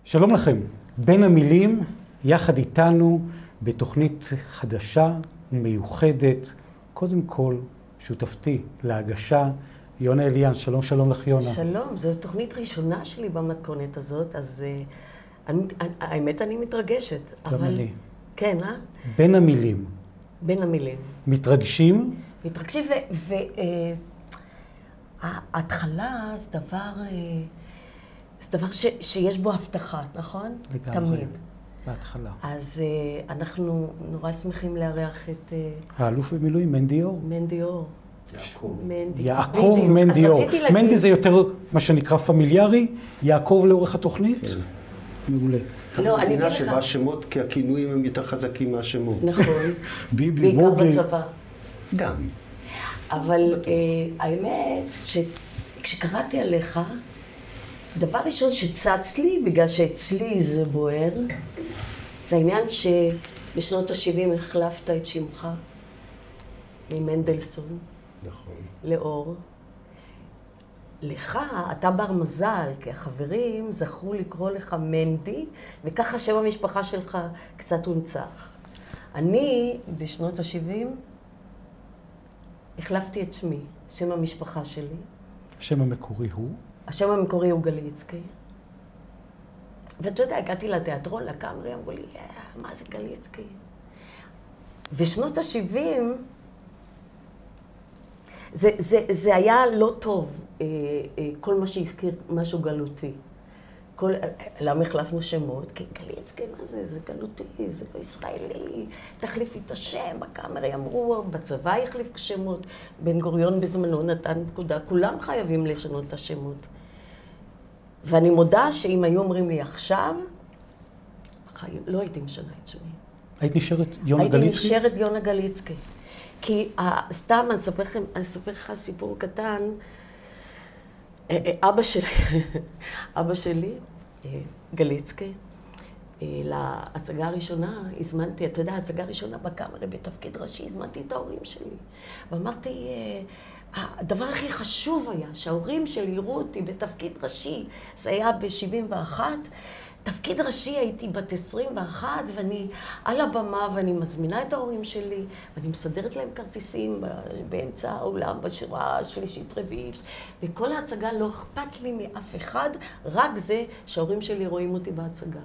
שלום לכם, בין המילים, יחד איתנו בתוכנית חדשה ומיוחדת, קודם כל שותפתי להגשה, יונה אליאן. שלום, שלום לך יונה. שלום, זו תוכנית ראשונה שלי במתכונת הזאת, אז האמת אני מתרגשת. גם אני. כן, בין המילים. בין המילים. מתרגשים? מתרגשים, ההתחלה זה דבר שיש בו הבטחה, נכון? לגמרי. תמיד. בהתחלה. אז אנחנו נורא שמחים לארח את האלוף במילואים, מנדי אור. מנדי אור. יעקב מנדי אור. מנדי זה יותר מה שנקרא פמיליארי, יעקב לאורך התוכנית. מעולה. לא, אני אגיד לך. שבה השמות, כי הכינויים הם יותר חזקים מהשמות. נכון. ביבי, בעיקר בוגי. בצבא. גם. אבל האמת שכשקראתי עליך, דבר ראשון שצץ לי, בגלל שאצלי זה בוער, זה העניין שבשנות ה-70 החלפת את שמך ממנדלסון. נכון. לאור. לך, אתה בר מזל, כי החברים זכרו לקרוא לך מנדי, וככה שם המשפחה שלך קצת הונצח. אני, בשנות ה-70, החלפתי את שמי, שם המשפחה שלי. השם המקורי הוא? השם המקורי הוא גליצקי. ואתה יודע, הגעתי לתיאטרון, לקאמרי, אמרו לי, מה זה גליצקי? ושנות ה-70, זה היה לא טוב, כל מה שהזכיר משהו גלותי. למה החלפנו שמות? כי גליצקי, מה זה? זה גלותי, זה לא ישראלי. תחליפי את השם, בקאמרי אמרו, בצבא יחליף שמות. בן גוריון בזמנו נתן פקודה, כולם חייבים לשנות את השמות. ואני מודה שאם היו אומרים לי עכשיו, לא הייתי משנה את שמי. היית נשארת יונה גליצקי? הייתי נשארת יונה גליצקי. כי סתם, אני אספר לך סיפור קטן. אבא שלי, גליצקי, להצגה הראשונה, הזמנתי, אתה יודע, ההצגה הראשונה בקאמרי בתפקיד ראשי, הזמנתי את ההורים שלי. ואמרתי, הדבר הכי חשוב היה שההורים שלי יראו אותי בתפקיד ראשי. זה היה ב-71. תפקיד ראשי הייתי בת 21, ואני על הבמה, ואני מזמינה את ההורים שלי, ואני מסדרת להם כרטיסים באמצע האולם, בשורה השלישית רביעית, וכל ההצגה לא אכפת לי מאף אחד, רק זה שההורים שלי רואים אותי בהצגה.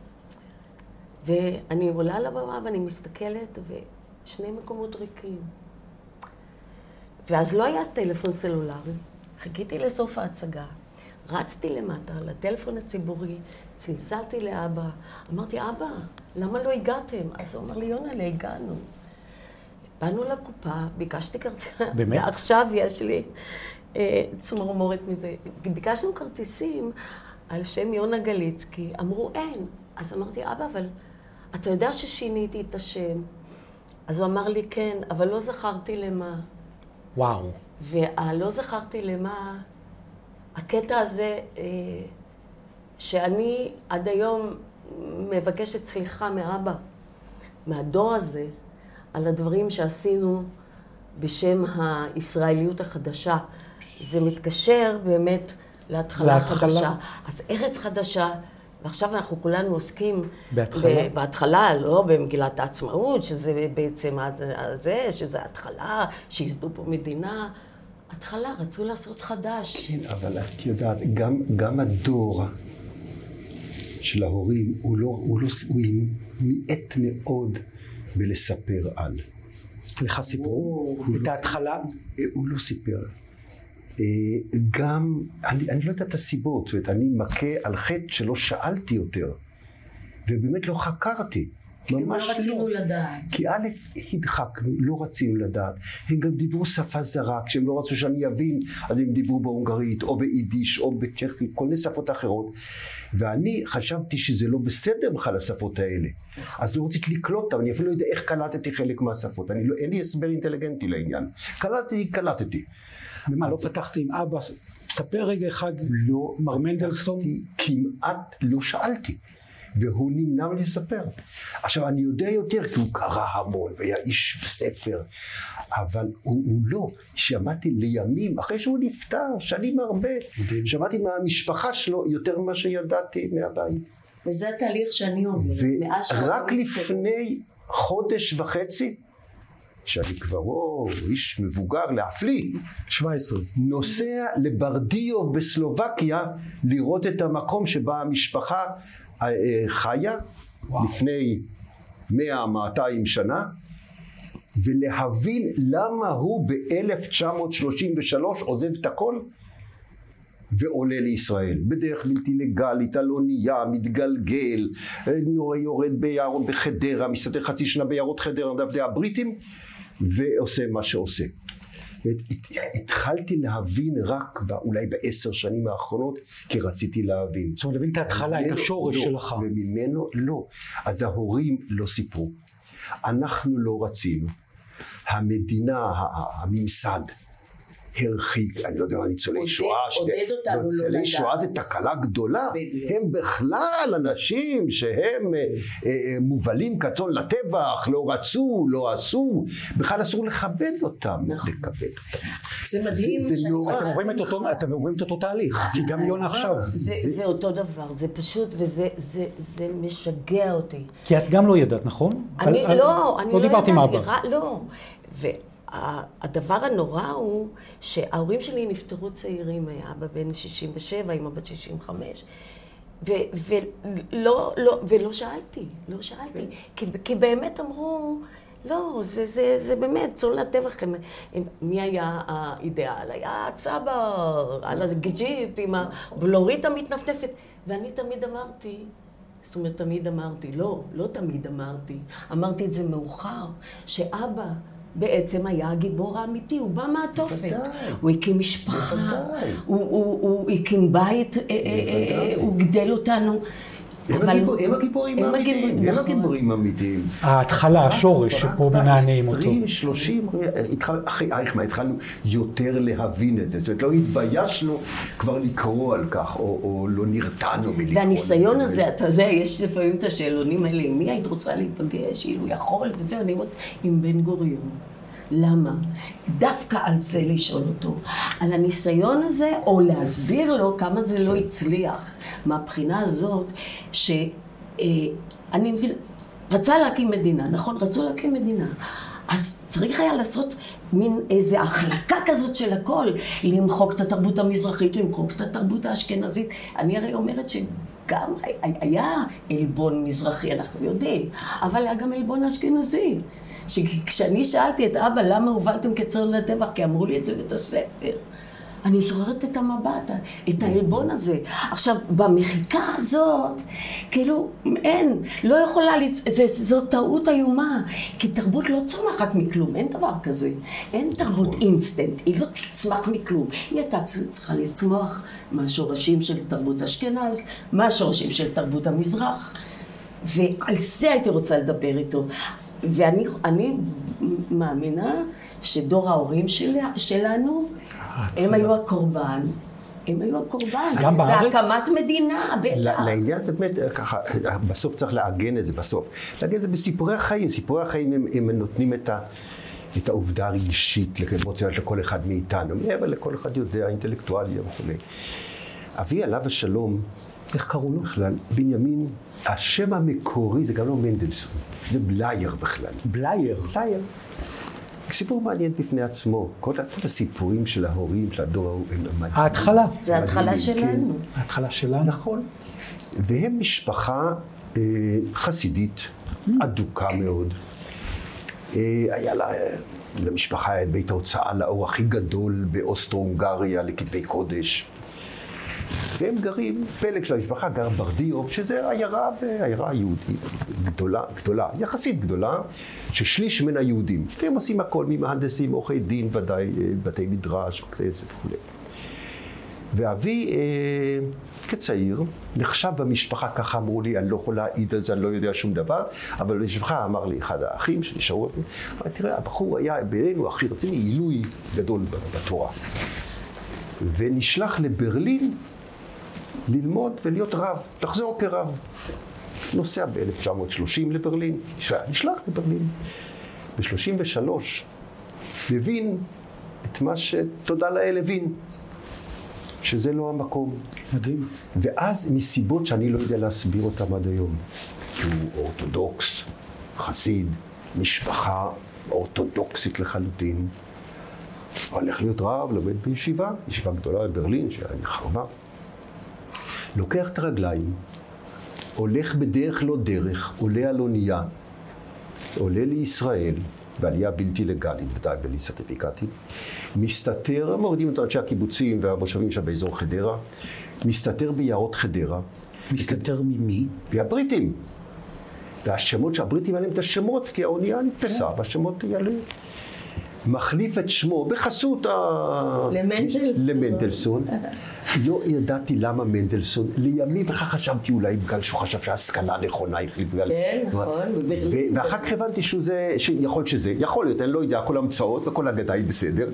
ואני עולה על הבמה ואני מסתכלת, ושני מקומות ריקים. ואז לא היה טלפון סלולרי, חיכיתי לסוף ההצגה, רצתי למטה לטלפון הציבורי, צלצלתי לאבא, אמרתי, אבא, למה לא הגעתם? אז הוא אמר לי, יונה, הגענו. באנו לקופה, ביקשתי כרטיסים. באמת? ועכשיו יש לי צמרמורת מזה. ביקשנו כרטיסים על שם יונה גליצקי, אמרו, אין. אז אמרתי, אבא, אבל אתה יודע ששיניתי את השם. אז הוא אמר לי, כן, אבל לא זכרתי למה. וואו. ולא זכרתי למה, הקטע הזה, שאני עד היום מבקשת סליחה מאבא, מהדור הזה, על הדברים שעשינו בשם הישראליות החדשה. זה מתקשר באמת להתחלה חדשה. אז ארץ חדשה, ועכשיו אנחנו כולנו עוסקים בהתחלה, לא במגילת העצמאות, שזה בעצם זה, שזה התחלה, שיסדו פה מדינה. התחלה, רצו לעשות חדש. כן, אבל את יודעת, גם הדור של ההורים, הוא מעט מאוד בלספר על. לך סיפרו? את ההתחלה? הוא לא סיפר. גם, אני לא יודעת את הסיבות, זאת אומרת, אני מכה על חטא שלא שאלתי יותר, ובאמת לא חקרתי. ממש לא רצינו לדעת. כי א', הדחקנו, לא רצינו לדעת. הם גם דיברו שפה זרה, כשהם לא רצו שאני אבין, אז הם דיברו בהונגרית, או ביידיש, או בצ'כית, כל מיני שפות אחרות. ואני חשבתי שזה לא בסדר בכלל השפות האלה. אז לא רציתי לקלוט אותם, אני אפילו לא יודע איך קלטתי חלק מהשפות. אין לי הסבר אינטליגנטי לעניין. קלטתי. ומה, לא פתחתי עם אבא? ספר רגע אחד, מר מנדלסון. כמעט לא שאלתי. והוא נמנע מלספר. עכשיו, אני יודע יותר, כי הוא קרא המון, והיה איש ספר, אבל הוא לא. שמעתי לימים, אחרי שהוא נפטר, שנים הרבה, שמעתי מהמשפחה שלו יותר ממה שידעתי מהבית. וזה התהליך שאני עוברת. ורק לפני חודש וחצי, שאני כבר איש מבוגר להפליא, 17. נוסע לברדיוב בסלובקיה לראות את המקום שבה המשפחה חיה לפני 100-200 שנה, ולהבין למה הוא ב-1933 עוזב את הכל ועולה לישראל. בדרך בלתי לגלית, על אונייה, מתגלגל, יורד ביערות בחדרה, מסתדר חצי שנה ביערות חדרה, נדב הבריטים, ועושה מה שעושה. התחלתי להבין רק אולי ב10 שנים האחרונות, כי רציתי להבין. זאת אומרת, להבין את ההתחלה, את השורש שלך. וממנו לא. אז ההורים לא סיפרו. אנחנו לא רצינו. המדינה, הממסד, הרחיק, אני לא יודע, ניצולי שואה, ניצולי שואה זה תקלה גדולה, הם בכלל אנשים שהם מובלים כצאן לטבח, לא רצו, לא עשו, בכלל אסור לכבד אותם, לכבד אותם. זה מדהים. אתם עוברים את אותו תהליך, כי גם יונה עכשיו. זה אותו דבר, זה פשוט, וזה משגע אותי. כי את גם לא ידעת, נכון? אני לא דיברתי עם אבא. לא, והדבר הנורא הוא שההורים שלי נפטרו צעירים, אבא בן 67, אמא בת 65, ולא שאלתי, כי באמת אמרו, לא, זה באמת, צאן לטבח. מי היה האידאל? היה צבר, על הג'יפ עם הבלורית המתנפנפת, ואני תמיד אמרתי, זאת אומרת, לא תמיד אמרתי את זה מאוחר, שאבא בעצם היה הגיבור האמיתי, הוא בא מהתופת. הוא הקים משפחה, הוא הקים בית, הוא גדל אותנו. הם הגיבורים האמיתיים. ההתחלה, השורש שפה מנענעים אותו. 20, 30, התחלנו יותר להבין את זה. זאת אומרת, לא התביישנו כבר לקרוא על כך, או לא נרתענו מלקרוא. והניסיון הזה, אתה יודע, יש לפעמים את השאלונים האלה, מי היית רוצה להיפגש, אילו יכול, וזהו, אני אומרת, עם בן גוריון. למה? דווקא על זה לשאול אותו, על הניסיון הזה, או להסביר לו כמה זה לא הצליח. מהבחינה הזאת, שאני מבין, רצה להקים מדינה, נכון? רצו להקים מדינה. אז צריך היה לעשות מין איזו החלקה כזאת של הכל, למחוק את התרבות המזרחית, למחוק את התרבות האשכנזית. אני הרי אומרת שגם היה אלבון מזרחי, אנחנו יודעים, אבל היה גם אלבון אשכנזי. שכשאני שאלתי את אבא למה הובלתם כצאן לטבח, כי אמרו לי את זה בית הספר, אני זוכרת את המבט, את העלבון הזה. עכשיו, במחיקה הזאת, כאילו, לא יכולה, זו טעות איומה, כי תרבות לא צומחת מכלום, אין דבר כזה. אין תרבות אינסטנט, היא לא תצמח מכלום. היא הייתה צריכה לצמוח מהשורשים של תרבות אשכנז, מהשורשים של תרבות המזרח, ועל זה הייתי רוצה לדבר איתו. ואני מאמינה שדור ההורים שלנו, הם היו הקורבן. גם בארץ? בהקמת מדינה. לעניין זה באמת ככה, בסוף צריך לעגן את זה בסוף. לעגן את זה בסיפורי החיים. סיפורי החיים הם נותנים את העובדה הרגשית, אמוציונלית לכל אחד מאיתנו. אבל לכל אחד יודע, אינטלקטואלי וכו'. אבי עליו השלום, איך קראו לו? בכלל, בנימין, השם המקורי זה גם לא מנדלסון, זה בלייר בכלל. בלייר? בלייר. סיפור מעניין בפני עצמו. כל הסיפורים של ההורים, של הדור ההוא, הם מדהימים. ההתחלה. זה ההתחלה שלנו. ההתחלה שלנו. נכון. והם משפחה חסידית, אדוקה מאוד. היה למשפחה את בית ההוצאה לאור הכי גדול באוסטרו-הונגריה לכתבי קודש. והם גרים, פלג של המשפחה גר ברדיוב, שזה עיירה יהודית גדולה, יחסית גדולה, ששליש מן היהודים. והם עושים הכל, ממהנדסים, עורכי דין, ודאי, בתי מדרש, כנסת וכו'. ואבי, כצעיר, נחשב במשפחה, ככה אמרו לי, אני לא יכול להעיד על זה, אני לא יודע שום דבר, אבל במשפחה אמר לי אחד האחים שנשארו, תראה, הבחור היה בינינו הכי רציני, עילוי גדול בתורה. ונשלח לברלין ללמוד ולהיות רב, לחזור כרב. נוסע ב-1930 לברלין, נשלח לברלין. ב-33 מבין את מה שתודה לאל הבין. שזה לא המקום. מדהים. ואז מסיבות שאני לא יודע להסביר אותם עד היום, כי הוא אורתודוקס, חסיד, משפחה אורתודוקסית לחלוטין, הולך להיות רב, לומד בישיבה, ישיבה גדולה בברלין, שחרבה. לוקח את הרגליים, הולך בדרך לא דרך, עולה על אונייה, עולה לישראל, בעלייה בלתי לגלית, ודאי בלי סרטיפיקטים, מסתתר, מורידים את אנשי הקיבוצים והמושבים שם באזור חדרה, מסתתר ביערות חדרה. מסתתר ממי? והבריטים. והשמות שהבריטים עליהם את השמות, כי האונייה נתפסה, והשמות יעלו. מחליף את שמו בחסות למנדלסון. לא ידעתי למה מנדלסון, לימים בכך חשבתי אולי בגלל שהוא חשב שההשכלה נכונה, כן, נכון, בברלין. ואחר כך הבנתי שיכול שזה, יכול להיות, אני לא יודע, כל המצאות וכל הגדה היא בסדר.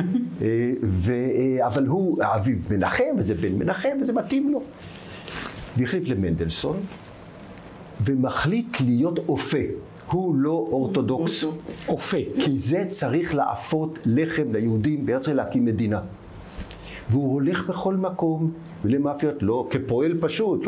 אבל הוא אביו מנחם, וזה בן מנחם, וזה מתאים לו. והחליף למנדלסון, ומחליט להיות אופה. הוא לא אורתודוקס. אופה. כי זה צריך לאפות לחם ליהודים בארץ ישראל להקים מדינה. והוא הולך בכל מקום, ולמאפיות לא, כפועל פשוט,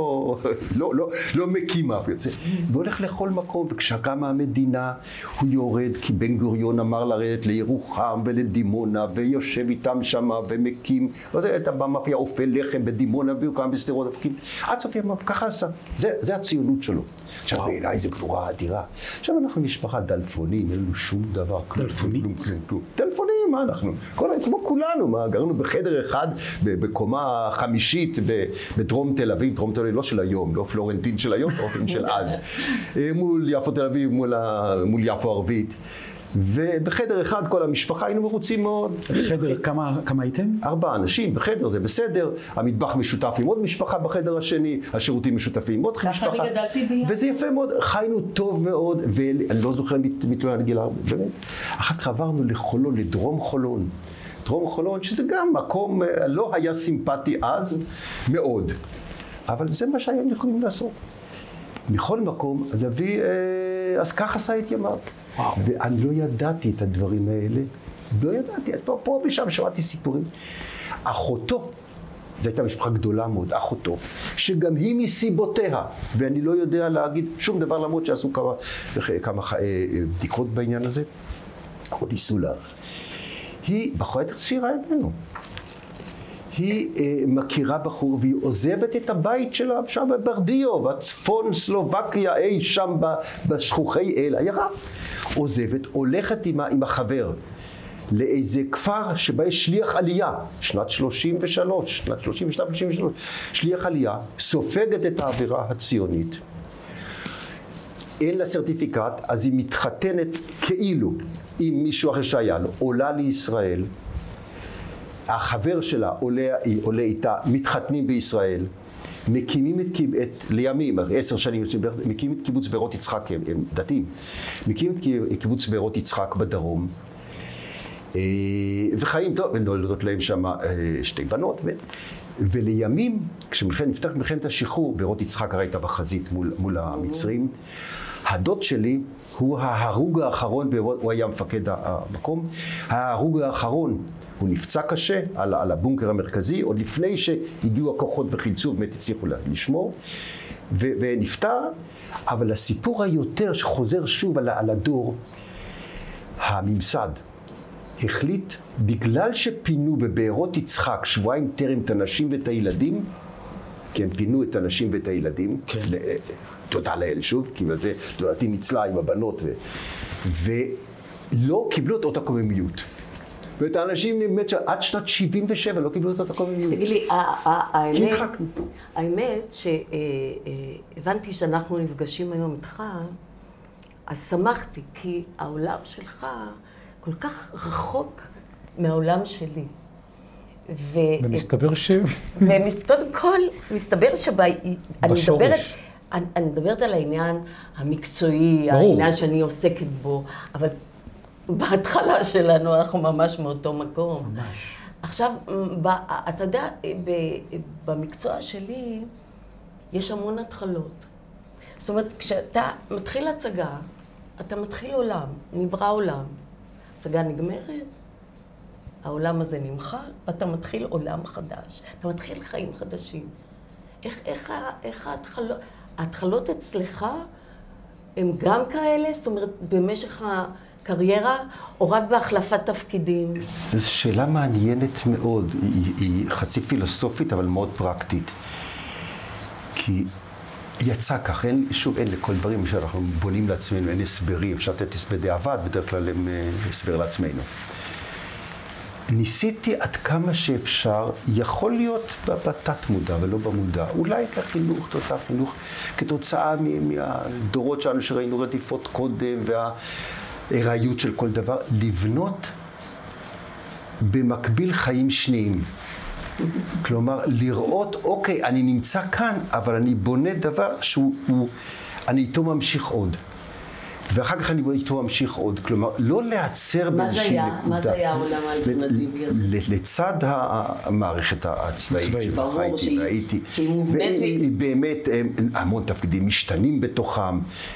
לא מקים מאפיות. והוא הולך לכל מקום, וכשקמה המדינה, הוא יורד, כי בן גוריון אמר לרדת לירוחם ולדימונה, ויושב איתם שם ומקים, וזה הייתה במאפיה אופה לחם בדימונה, ויוקם בסדרות, עד סוף ימיו, ככה עשה. זה הציונות שלו. עכשיו, בעיניי זה גבורה אדירה. עכשיו אנחנו משפחה דלפונים, אין לנו שום דבר. דלפונית? דלפונים, מה אנחנו? כמו כולנו, מה? גרנו בחדר אחד, בקומה חמישית בדרום תל אביב, דרום תל אביב לא של היום, לא פלורנטין של היום, פלורנטין של אז, מול יפו תל אביב, מול יפו ערבית. ובחדר אחד כל המשפחה היינו מרוצים מאוד. בחדר כמה הייתם? 4 אנשים, בחדר זה בסדר, המטבח משותף עם עוד משפחה בחדר השני, השירותים משותפים עם עוד משפחה. ככה אני גדלתי ביחד. וזה יפה מאוד, חיינו טוב מאוד, ואני לא זוכר מתלונן על גיל 4, באמת. אחר כך עברנו לחולון, לדרום חולון. דרום חולון, שזה גם מקום לא היה סימפטי אז מאוד. אבל זה מה שהיינו יכולים לעשות. מכל מקום, אז כך עשה את ימיו. ואני לא ידעתי את הדברים האלה. לא ידעתי. פה ושם שמעתי סיפורים. אחותו, זו הייתה משפחה גדולה מאוד, אחותו, שגם היא מסיבותיה, ואני לא יודע להגיד שום דבר, למרות שעשו כמה בדיקות בעניין הזה, או ניסו לה. היא בחורה יותר צעירה ממנו. היא מכירה בחור, והיא עוזבת את הבית שלה שם בברדיו, בצפון סלובקיה, אי שם בשכוחי אל העיירה. עוזבת, הולכת עם החבר לאיזה כפר שבה יש שליח עלייה, שנת 33, שנת 32-33, שליח עלייה, סופגת את האווירה הציונית. אין לה סרטיפיקט, אז היא מתחתנת כאילו עם מישהו אחר שהיה לו, עולה לישראל, החבר שלה עולה איתה, מתחתנים בישראל, מקימים לימים, 10 שנים, מקימים את קיבוץ בארות יצחק, הם דתיים, מקימים את קיבוץ בארות יצחק בדרום, וחיים טוב, ונולדות להם שם 2 בנות, ולימים, כשנפתחת מלחמת השחרור, בארות יצחק הרי הייתה בחזית מול המצרים, הדוד שלי הוא ההרוג האחרון, הוא היה מפקד המקום, ההרוג האחרון, הוא נפצע קשה על הבונקר המרכזי, עוד לפני שהגיעו הכוחות וחילצו, באמת הצליחו לשמור, ונפטר, אבל הסיפור היותר שחוזר שוב על הדור, הממסד החליט, בגלל שפינו בבארות יצחק שבועיים טרם את הנשים ואת הילדים, כן, פינו את הנשים ואת הילדים, כן. תודה לאל שוב, כי בזה תולדתי ניצלה עם הבנות, ולא קיבלו את אותה קוממיות. ואת האנשים באמת שעד שנת 77 לא קיבלו את אותה קוממיות. תגיד לי, האמת שהבנתי שאנחנו נפגשים היום איתך, אז שמחתי, כי העולם שלך כל כך רחוק מהעולם שלי. ומסתבר קודם כל, מסתבר אני מדברת על העניין המקצועי, העניין שאני עוסקת בו, אבל בהתחלה שלנו אנחנו ממש מאותו מקום. ממש. עכשיו, אתה יודע, במקצוע שלי יש המון התחלות. זאת אומרת, כשאתה מתחיל הצגה, אתה מתחיל עולם, נברא עולם. הצגה נגמרת, העולם הזה נמחק, ואתה מתחיל עולם חדש. אתה מתחיל חיים חדשים. איך ההתחלות אצלך הם גם כאלה? זאת אומרת, במשך הקריירה, או רק בהחלפת תפקידים? זו שאלה מעניינת מאוד. היא חצי פילוסופית, אבל מאוד פרקטית. כי יצא כך, אין לכל דברים שאנחנו בונים לעצמנו, אין הסברים, אפשר לתת הסבר דיעבד, בדרך כלל הם הסבר לעצמנו. ניסיתי עד כמה שאפשר, יכול להיות בתת מודע ולא במודע, אולי כחינוך, תוצאה חינוך, כתוצאה מהדורות שלנו שראינו רדיפות קודם וההיראיות של כל דבר, לבנות במקביל חיים שניים. כלומר, לראות, אוקיי, אני נמצא כאן, אבל אני בונה דבר אני איתו ממשיך עוד. ואחר כך אני איתו ממשיך עוד. כלומר, לא להיעצר באיזושהי נקודה. מה זה היה העולם האלטרנטיבי הזה? לצד המערכת הצבאית שחייתי והייתי. שהיא מובנית. והיא באמת, המון תפקידים משתנים בתוכם,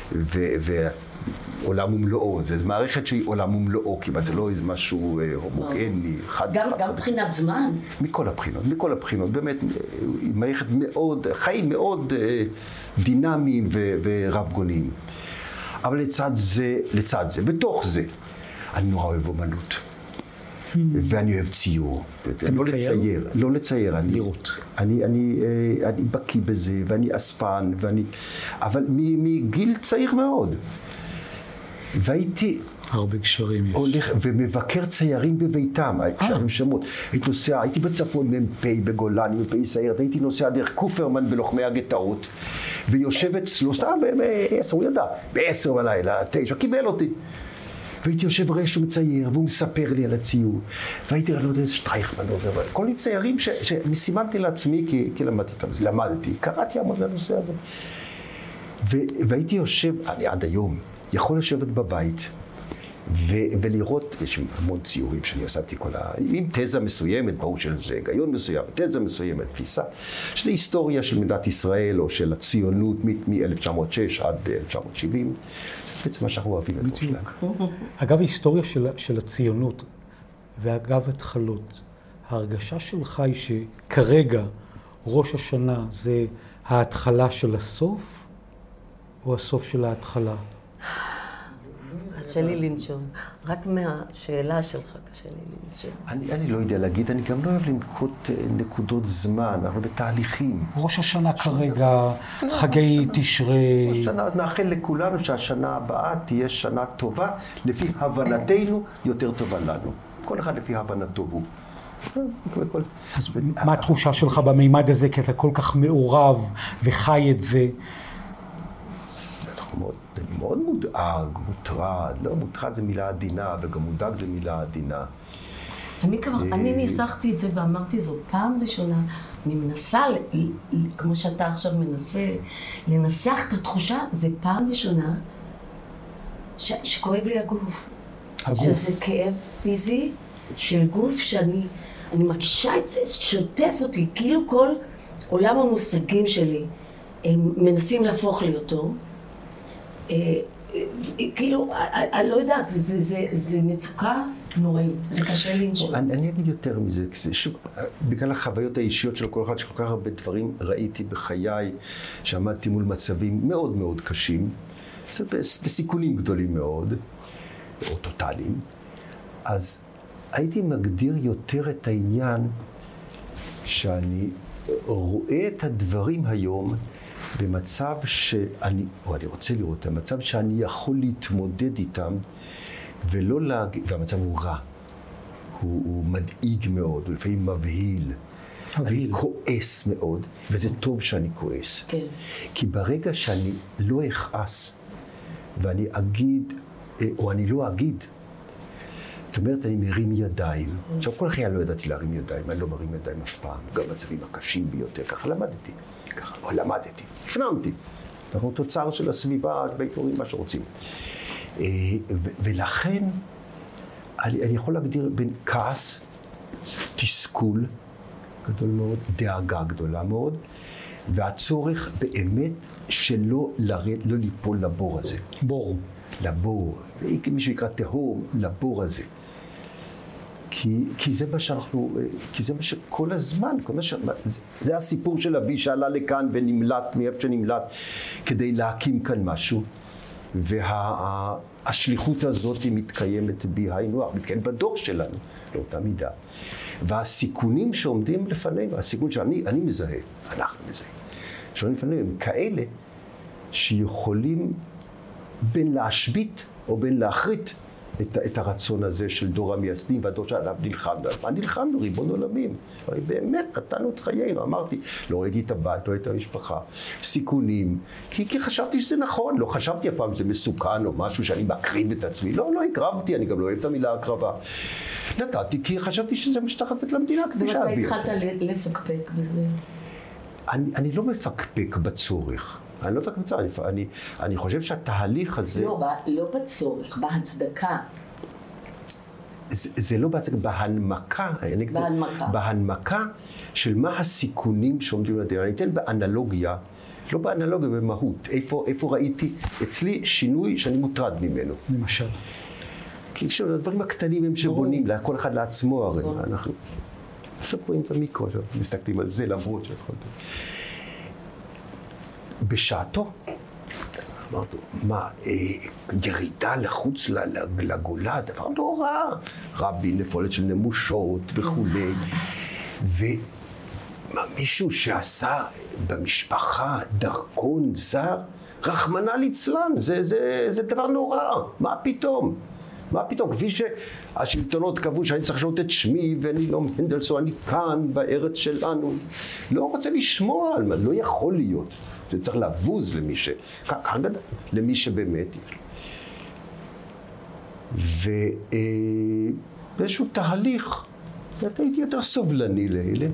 עולם ומלואו, זו מערכת שהיא עולם ומלואו, כמעט זה לא איזה משהו הומוגני, חד. גם מבחינת זמן. מכל הבחינות, באמת, היא מערכת מאוד, חיים מאוד דינמיים ורב-גוניים. אבל לצד זה, בתוך זה, אני נורא אוהב אומנות. ואני אוהב ציור. לא לצייר, אני בקיא בזה, ואני אספן, אבל מגיל צעיר מאוד. והייתי הרבה קשרים יש. הולך ומבקר ציירים בביתם, קשרים שמות. הייתי בצפון מ"פ בגולני, מ"פ סיירת, הייתי נוסע דרך קופרמן בלוחמי הגטאות, ויושב אצלו, סתם ב-10, הוא ידע, ב-10 בלילה, 9, קיבל אותי. והייתי יושב רש ומצייר, והוא מספר לי על הציור. והייתי לא יודע, שטרייכמן, כל מיני ציירים שסימנתי לעצמי, כי למדתי, קראתי המון לנושא הזה. והייתי יושב, אני עד היום, יכול לשבת בבית, ולראות, יש המון ציורים שאני עשיתי עם תזה מסוימת, ברור שזה היגיון מסוים, תזה מסוימת, תפיסה, שזה היסטוריה של מדינת ישראל, או של הציונות מ-1906 עד 1970, בעצם מה שאנחנו אוהבים לדור שלנו. אגב, ההיסטוריה של הציונות, ואגב התחלות, ההרגשה שלך היא שכרגע ראש השנה זה ההתחלה של הסוף, או הסוף של ההתחלה? קשה לי לנשום. רק מהשאלה שלך קשה לי לנשום. אני לא יודע להגיד, אני גם לא אוהב לנקוט נקודות זמן, אנחנו בתהליכים. ראש השנה כרגע, חגי תשרי. ראש השנה, נאחל לכולנו שהשנה הבאה תהיה שנה טובה, לפי הבנתנו יותר טובה לנו. כל אחד לפי הבנתו הוא. אז מה התחושה שלך במימד הזה, כי אתה כל כך מעורב וחי את זה? אני מאוד מודאג, מוטרד, לא, מוטרד זה מילה עדינה, וגם מודאג זה מילה עדינה. אני ניסחתי את זה ואמרתי, זו פעם ראשונה, אני מנסה, כמו שאתה עכשיו מנסה, לנסח את התחושה, זה פעם ראשונה שכואב לי הגוף. שזה כאב פיזי של גוף שאני מרגישה את זה, שוטף אותי, כאילו כל עולם המושגים שלי, הם מנסים להפוך לי אותו. כאילו, אני לא יודעת, זה מצוקה נוראית, זה קשה לנשום. אני אגיד יותר מזה, שוב, בגלל החוויות האישיות של כל אחד, שכל כך הרבה דברים ראיתי בחיי, שעמדתי מול מצבים מאוד מאוד קשים, בסיכונים גדולים מאוד, או טוטליים, אז הייתי מגדיר יותר את העניין שאני רואה את הדברים היום במצב שאני רוצה לראות את המצב שאני יכול להתמודד איתם ולא להגיד, והמצב הוא רע, הוא מדאיג מאוד, הוא לפעמים מבהיל. אני כועס מאוד, וזה טוב שאני כועס. כן. כי ברגע שאני לא אכעס ואני אגיד, או אני לא אגיד, זאת אומרת, אני מרים ידיים. עכשיו, כל החיים לא ידעתי להרים ידיים, אני לא מרים ידיים אף פעם, גם במצבים הקשים ביותר, ככה למדתי. הפנמתי. אנחנו תוצר של הסביבה, בעיקורים, מה שרוצים. ולכן, אני יכול להגדיר בין כעס, תסכול גדול מאוד, דאגה גדולה מאוד, והצורך באמת שלא לא ליפול לבור הזה. בור. לבור. מישהו יקרא תהום, לבור הזה. כי זה מה שאנחנו, כי זה מה שכל הזמן, זה הסיפור של אבי שעלה לכאן ונמלט, מאיפה שנמלט, כדי להקים כאן משהו. והשליחות הזאת היא מתקיימת בי היינו, מתקיימת בדור שלנו, לאותה מידה. והסיכונים שעומדים לפנינו, הסיכון שאני מזהה, אנחנו מזהים, שעומדים לפנינו הם כאלה שיכולים בין להשבית או בין להחריט את הרצון הזה של דור המייסדים והדור שעליו נלחמנו. מה נלחמנו? ריבון עולמים. הרי באמת נתנו את חיינו. אמרתי, לא ראיתי את הבית, לא ראיתי את המשפחה. סיכונים. כי חשבתי שזה נכון. לא חשבתי אף פעם שזה מסוכן או משהו שאני מקריב את עצמי. לא הקרבתי, אני גם לא אוהב את המילה הקרבה. נתתי כי חשבתי שזה מה שצריך לתת למדינה כפי שאבי. ומתי התחלת לפקפק בזה? אני לא מפקפק בצורך. אני חושב שהתהליך הזה... לא בצורך, בהצדקה. זה לא בהצדקה, בהנמקה. בהנמקה של מה הסיכונים שעומדים לדין. אני אתן באנלוגיה, לא באנלוגיה, במהות. איפה ראיתי אצלי שינוי שאני מוטרד ממנו. למשל. כי הדברים הקטנים הם שבונים, כל אחד לעצמו הרי. אנחנו עכשיו רואים את המיקרו, מסתכלים על זה למרות שלפחות. בשעתו, אמרנו, ירידה לחוץ לגולה, זה דבר נורא. רבין, נפולת של נמושות וכולי. ומישהו שעשה במשפחה דרכון זר, רחמנא ליצלן, זה דבר נורא. מה פתאום? כפי שהשלטונות קבעו שאני צריך לשנות את שמי ואני לא מנדלסון, אני כאן בארץ שלנו. לא רוצה לשמוע על מה, לא יכול להיות. זה צריך לבוז למי שבאמת יש לו. ובאיזשהו תהליך, הייתי יותר סובלני לאלה.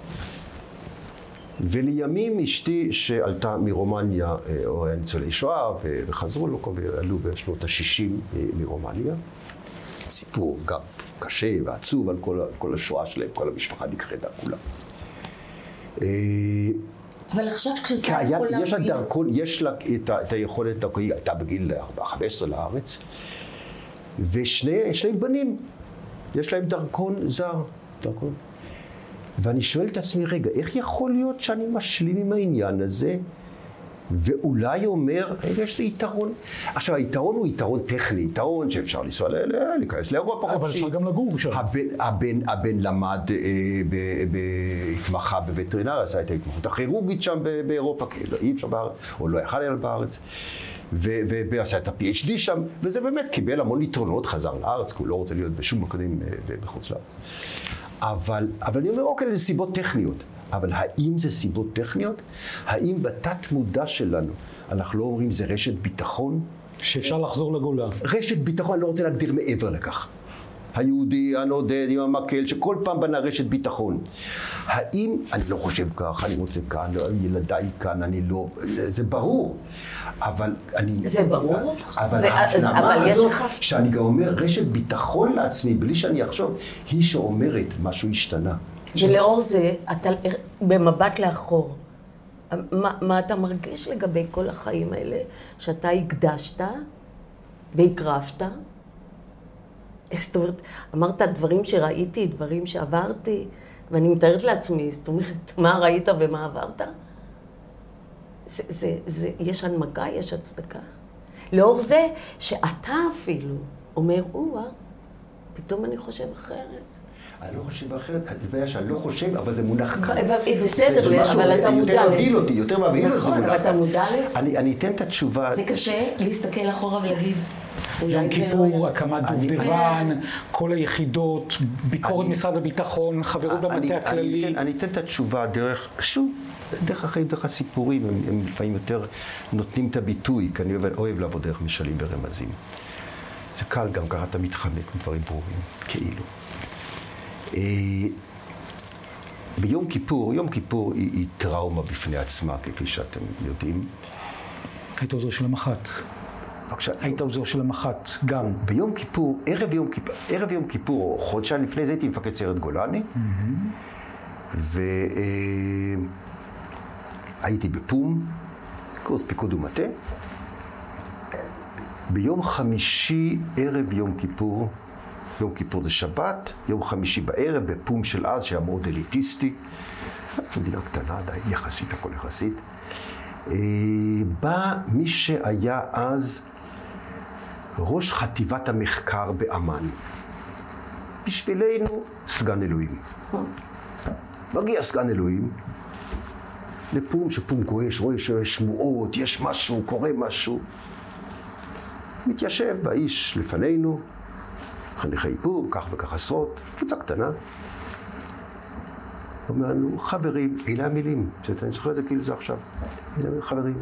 ולימים אשתי שעלתה מרומניה, או ניצולי שואה, וחזרו לו, ועלו בשנות ה-60 מרומניה. סיפור גם קשה ועצוב על כל השואה שלהם, כל המשפחה נכחדה כולה. אבל עכשיו כשאתה יכול להבין... יש לה דרכון, יש לה את היכולת, היא הייתה בגיל 15 לארץ, ושני בנים, יש להם דרכון זר, ואני שואל את עצמי, רגע, איך יכול להיות שאני משלים עם העניין הזה, ואולי אומר, רגע, יש לי יתרון. עכשיו, היתרון הוא יתרון טכני, יתרון שאפשר לנסוע להיכנס לאירופה חופשי. אבל אפשר גם לגור שם. הבן למד התמחה בווטרינריה, עשה את ההתמחות הכירורגית שם באירופה, כי אי אפשר בארץ, או לא יכל היה בארץ, ועשה את ה-PhD שם, וזה באמת קיבל המון יתרונות, חזר לארץ, כי הוא לא רוצה להיות בשום מקום בחוץ לארץ. אבל אני אומר, אוקיי, זה סיבות טכניות. אבל האם זה סיבות טכניות? האם בתת מודע שלנו אנחנו לא אומרים זה רשת ביטחון? שאפשר לחזור לגולה. רשת ביטחון, אני לא רוצה להגדיר מעבר לכך. היהודי, הנודד, עם המקל, שכל פעם בנה רשת ביטחון. האם, אני לא חושב כך, אני רוצה כאן, ילדיי כאן, אני לא, זה ברור. אבל אני... זה ברור? אבל ההפנמה הזאת, שאני גם אומר, רשת ביטחון לעצמי, בלי שאני אחשוב, היא שאומרת משהו השתנה. ולאור זה, אתה במבט לאחור, מה אתה מרגיש לגבי כל החיים האלה, שאתה הקדשת והקרבת? זאת אומרת, אמרת דברים שראיתי, דברים שעברתי, ואני מתארת לעצמי, זאת אומרת, מה ראית ומה עברת? יש הנמקה, יש הצדקה. לאור זה שאתה אפילו אומר, פתאום אני חושב אחרת. אני לא חושב אחרת, זה בעיה שאני לא חושב, אבל זה מונח כאן. בסדר, אבל אתה מודע לזה. יותר מבהיל אותי, זה מונח כאן. אבל אתה מודע לזה? אני אתן את התשובה. זה קשה להסתכל אחורה ולהגיד. יום כיפור, הקמת דובדבן, כל היחידות, ביקורת משרד הביטחון, חברות במטה הכללי. אני אתן את התשובה דרך, שוב, דרך החיים, דרך הסיפורים, הם לפעמים יותר נותנים את הביטוי, כי אני אוהב לעבוד דרך משלים ברמזים. זה קל גם, ככה אתה מתחמק מדברים ברורים, כאילו. ביום כיפור, יום כיפור היא טראומה בפני עצמה, כפי שאתם יודעים. היית עוזר של המח"ט. היית עוזר של המח"ט, גם. ביום כיפור, ערב יום כיפור, או חודשיים לפני זה הייתי מפקד סיירת גולני, והייתי בפום, קורס פיקוד ומטה. ביום חמישי, ערב יום כיפור, יום כיפור זה שבת, יום חמישי בערב, בפום של אז, שהיה מאוד אליטיסטי. מדינה קטנה עדיין, יחסית, הכל יחסית. בא מי שהיה אז ראש חטיבת המחקר באמן. בשבילנו סגן אלוהים. מגיע סגן אלוהים לפום, שפום גועש, רואה שיש שמועות, יש משהו, קורה משהו. מתיישב האיש לפנינו, חניכי פום, כך וכך עשרות, קבוצה קטנה. אומר לנו, חברים, אלה המילים, אני זוכר את זה כאילו זה עכשיו. אלה המילים, חברים.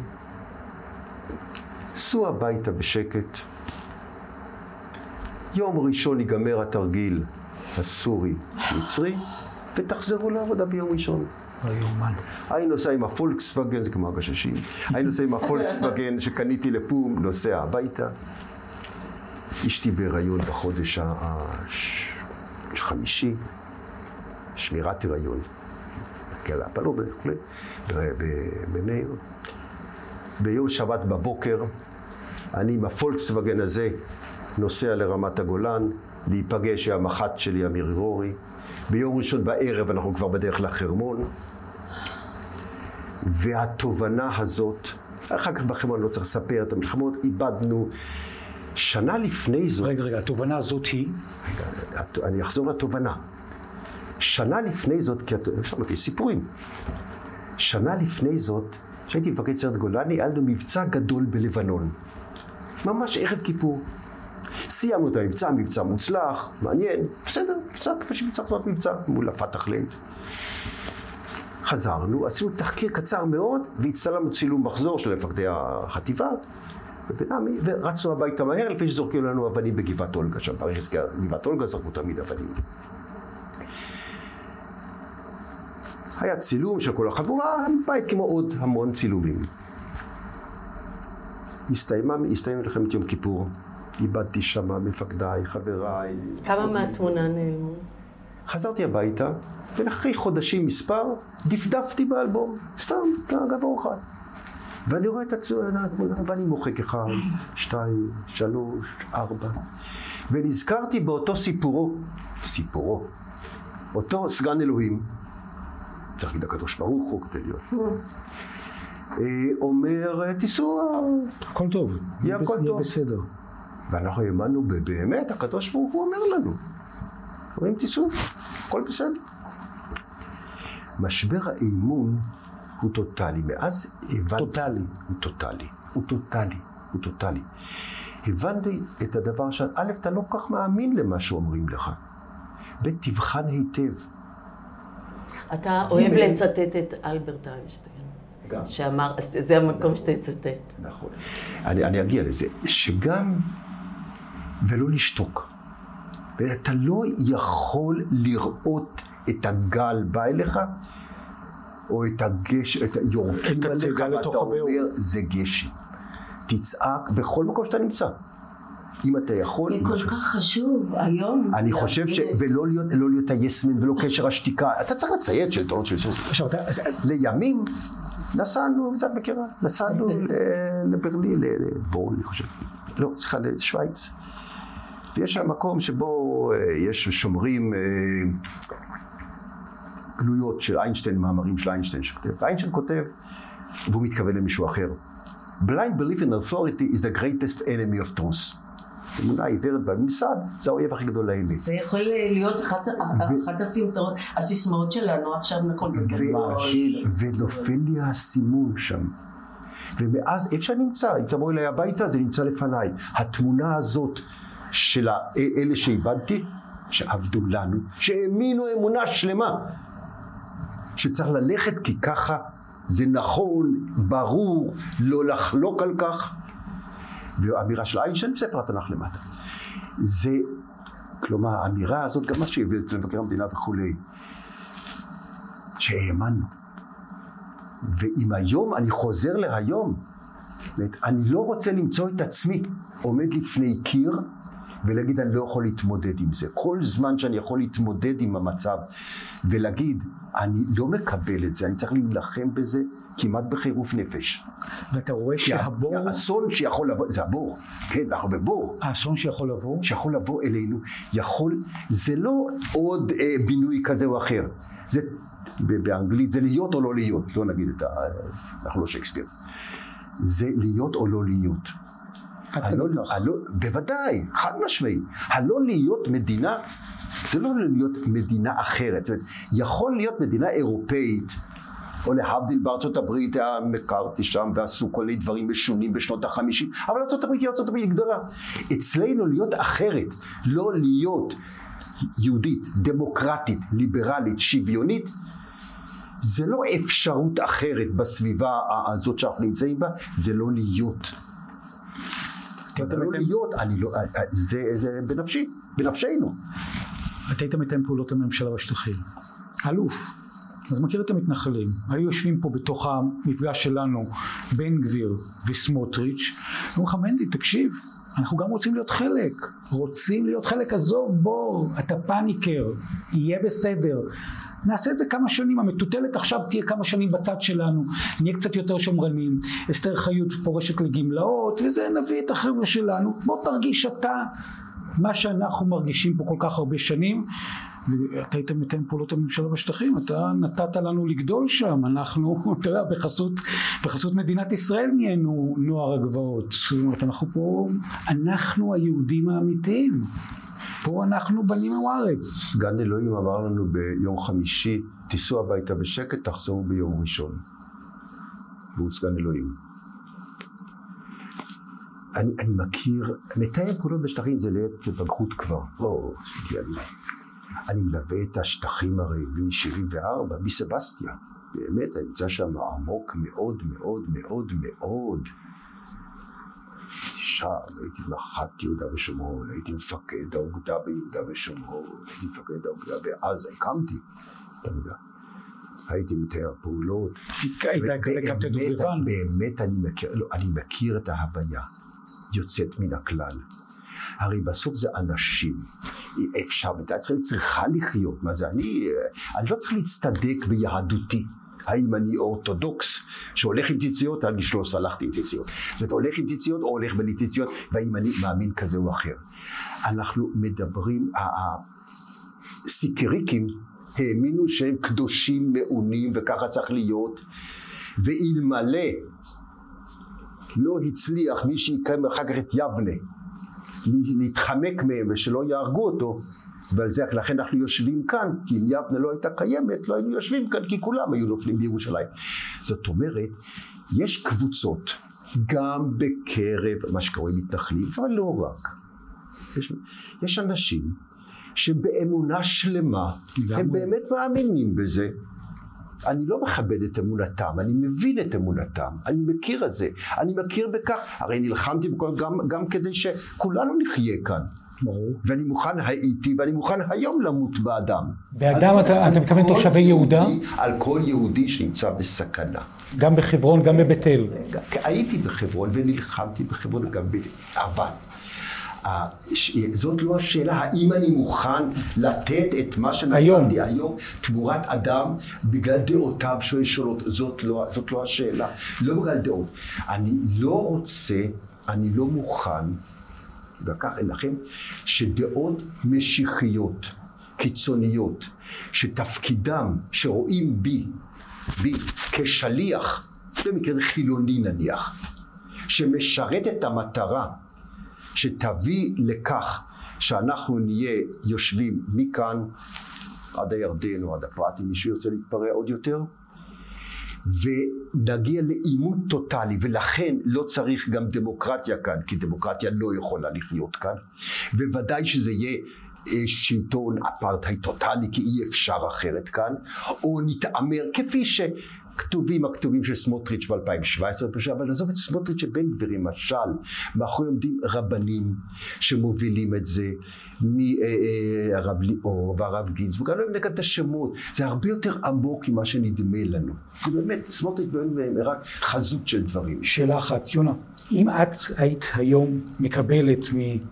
סעו הביתה בשקט. יום ראשון ייגמר התרגיל הסורי-מצרי, ותחזרו לעבודה ביום ראשון. אני נוסע עם הפולקסווגן, זה כמו הגששים, אני נוסע עם הפולקסווגן שקניתי לפום, נוסע הביתה. אשתי בהיריון בחודש החמישי, שמירת הריון, כאלה הפלות וכו', במאיר. ביום שבת בבוקר, אני עם הפולקסווגן הזה נוסע לרמת הגולן, להיפגש עם המח"ט שלי, אמיר רורי. ביום ראשון בערב אנחנו כבר בדרך לחרמון. והתובנה הזאת, אחר כך בחרמון לא צריך לספר את המלחמות, איבדנו שנה לפני זאת. רגע, התובנה הזאת היא? רגע, אני אחזור לתובנה. שנה לפני זאת, כי שמעתי סיפורים. שנה לפני זאת, כשהייתי מפקד סיירת גולני, היה לנו מבצע גדול בלבנון. ממש ערב כיפור. סיימנו את המבצע, מבצע מוצלח, מעניין, בסדר, מבצע, כפי שצריך לעשות מבצע, מול הפתח לב. חזרנו, עשינו תחקיר קצר מאוד, והצטלמנו צילום מחזור של מפקדי החטיבה, בבינמי, ורצנו הביתה מהר, לפני שזורקים לנו אבנים בגבעת אולגה, שם פריס, גבעת אולגה זרקו תמיד אבנים. היה צילום של כל החבורה, בית כמו עוד המון צילומים. הסתיים מלחמת יום כיפור. איבדתי שמה מפקדיי, חבריי. כמה מהתמונה נעלמו? חזרתי הביתה, ולאחרי חודשים מספר, דפדפתי באלבום, סתם, גבור אחד. ואני רואה את התמונה, ואני מוחק 1, 2, 3, 4. ונזכרתי באותו סיפורו, אותו סגן אלוהים, צריך להגיד הקדוש ברוך הוא כדי להיות. אומר, תיסעו, הכל טוב, יהיה בסדר. ואנחנו האמנו באמת, הקדוש ברוך הוא אומר לנו. אומרים, תיסעו, הכל בסדר. משבר האמון הוא טוטלי. מאז הבנתי... הוא טוטלי. הבנתי את הדבר א', אתה לא כך מאמין למה שאומרים לך. ב', תבחן היטב. אתה אוהב לצטט את אלברט איינשטיין. שאמר, זה המקום שתצטט. נכון. אני אגיע לזה. שגם, ולא לשתוק. ואתה לא יכול לראות את הגל בא אליך, או את הגש, את היורקים עליך, ואתה אומר, זה גשם. תצעק בכל מקום שאתה נמצא. אם אתה יכול... זה כל כך חשוב היום. אני חושב ולא להיות היסמן ולא קשר השתיקה. אתה צריך לציית שלטונות של טוב. לימים נסענו, נסענו לברלין, לבורן, אני חושב. לא, סליחה, לשוויץ. ויש שם מקום שבו יש שומרים גלויות של איינשטיין, מאמרים של איינשטיין שכתב. ואיינשטיין כותב, והוא מתכוון למישהו אחר. Blind belief in authority is the greatest enemy of truth. אמונה עיוורת בממסד, זה האויב הכי גדול לאמת. זה יכול להיות אחת הסיסמאות שלנו עכשיו נכון. ונופל לי הסימון שם. ומאז איפה שאני נמצא, אם תבואי אליי הביתה, זה נמצא לפניי. התמונה הזאת של אלה שאיבדתי, שעבדו לנו, שהאמינו אמונה שלמה, שצריך ללכת כי ככה זה נכון, ברור, לא לחלוק על כך. והאמירה של איינשטיין בספר התנ"ך למטה. זה, כלומר, האמירה הזאת, גם מה שהביא את מבקר המדינה וכולי, שהאמנו. ואם היום, אני חוזר להיום, אני לא רוצה למצוא את עצמי, עומד לפני קיר, ולהגיד אני לא יכול להתמודד עם זה. כל זמן שאני יכול להתמודד עם המצב ולהגיד אני לא מקבל את זה, אני צריך להילחם בזה כמעט בחירוף נפש. ואתה רואה שהבור... האסון שיכול לבוא, זה הבור, כן, אנחנו בבור. האסון שיכול לבוא? שיכול לבוא אלינו, זה לא עוד בינוי כזה או אחר, זה באנגלית זה להיות או לא להיות, לא נגיד אנחנו לא שייקספיר, זה להיות או לא להיות. בוודאי, חד משמעי, הלא להיות מדינה, זה לא להיות מדינה אחרת, זאת אומרת, יכול להיות מדינה אירופאית, או להבדיל בארצות הברית, מקרתי שם ועשו כל מיני דברים משונים בשנות ה-50, אבל ארצות הברית היא ארצות הברית גדולה. אצלנו להיות אחרת, לא להיות יהודית, דמוקרטית, ליברלית, שוויונית, זה לא אפשרות אחרת בסביבה הזאת שאנחנו נמצאים בה, זה לא להיות. זה לא להיות, זה בנפשי, בנפשנו. אתה היית מתאם פעולות הממשלה בשטחים. אלוף. אז מכיר את המתנחלים. היו יושבים פה בתוך המפגש שלנו, בן גביר וסמוטריץ'. ואומרים לך, מנדי, תקשיב, אנחנו גם רוצים להיות חלק. רוצים להיות חלק, עזוב בור, אתה פאניקר, יהיה בסדר. נעשה את זה כמה שנים, המטוטלת עכשיו תהיה כמה שנים בצד שלנו, נהיה קצת יותר שמרנים, אסתר חיות פורשת לגמלאות, וזה נביא את החבר'ה שלנו. בוא תרגיש אתה מה שאנחנו מרגישים פה כל כך הרבה שנים, ואתה היית מתאם פעולות הממשלה בשטחים, אתה נתת לנו לגדול שם, אנחנו, אתה יודע, בחסות מדינת ישראל נהיינו נוער הגבעות, זאת אומרת, אנחנו פה, אנחנו היהודים האמיתיים, פה אנחנו בנים הארץ. סגן אלוהים אמר לנו ביום חמישי, תיסעו הביתה בשקט, תחזרו ביום ראשון. והוא סגן אלוהים. אני מכיר, מתאם פעולות בשטחים זה לעת בגרות כבר. אני מלווה את השטחים הרי מ-74, מסבסטיה. באמת, אני נמצא שם עמוק מאוד מאוד מאוד מאוד. שם הייתי מח"ט יהודה ושומרון, הייתי מפקד האוגדה ביהודה ושומרון, הייתי מפקד האוגדה בעזה, הקמתי, אתה יודע. הייתי מתאר פעולות. באמת אני מכיר את ההוויה יוצאת מן הכלל. הרי בסוף זה אנשים, אפשר, מדינת ישראל צריכה לחיות, מה זה? אני לא צריך להצטדק ביהדותי, האם אני אורתודוקס שהולך עם ציציות, אני לא סלחתי עם ציציות, זאת אומרת הולך עם ציציות או הולך בלי ציציות, והאם אני מאמין כזה או אחר. אנחנו מדברים, הסיקריקים האמינו שהם קדושים מעונים וככה צריך להיות, ואלמלא לא הצליח מי שיקיים אחר כך את יבנה להתחמק מהם ושלא יהרגו אותו, ועל זה לכן אנחנו יושבים כאן, כי אם יבנה לא הייתה קיימת לא היינו יושבים כאן, כי כולם היו נופלים בירושלים. זאת אומרת, יש קבוצות גם בקרב מה שקוראים מתנחלים, אבל לא רק, יש אנשים שבאמונה שלמה הם באמת מאמינים בזה. אני לא מכבד את אמונתם, אני מבין את אמונתם, אני מכיר את זה, אני מכיר בכך, הרי נלחמתי גם כדי שכולנו נחיה כאן. ואני מוכן הייתי ואני מוכן היום למות באדם. באדם אתה מתכוון תושבי יהודה? על כל יהודי שנמצא בסכנה. גם בחברון, גם בבית אל. הייתי בחברון ונלחמתי בחברון גם אבל זאת לא השאלה, האם אני מוכן לתת את מה שנתתי היום תמורת אדם בגלל דעותיו שונות, זאת לא השאלה, לא בגלל דעות. אני לא רוצה, אני לא מוכן, וכך לכם, שדעות משיחיות, קיצוניות, שתפקידם, שרואים בי כשליח, במקרה זה חילוני נניח, שמשרת את המטרה, שתביא לכך שאנחנו נהיה יושבים מכאן עד הירדן או עד הפרת, אם מישהו ירצה להתפרע עוד יותר, ונגיע לאימות טוטלי, ולכן לא צריך גם דמוקרטיה כאן, כי דמוקרטיה לא יכולה לחיות כאן, וודאי שזה יהיה שלטון אפרטהייד טוטלי, כי אי אפשר אחרת כאן, או נתאמר כפי שכתובים הכתובים של סמוטריץ' ב-2017, אבל נעזוב את סמוטריץ' שבן גביר למשל, מאחורי עומדים רבנים שמובילים את זה, מהרב ליאור והרב גינזבורג, אני לא יודע את השמות, זה הרבה יותר עמוק ממה שנדמה לנו. זה באמת, סמוטריץ' והם רק חזות של דברים. שאלה אחת, יונה, אם את היית היום מקבלת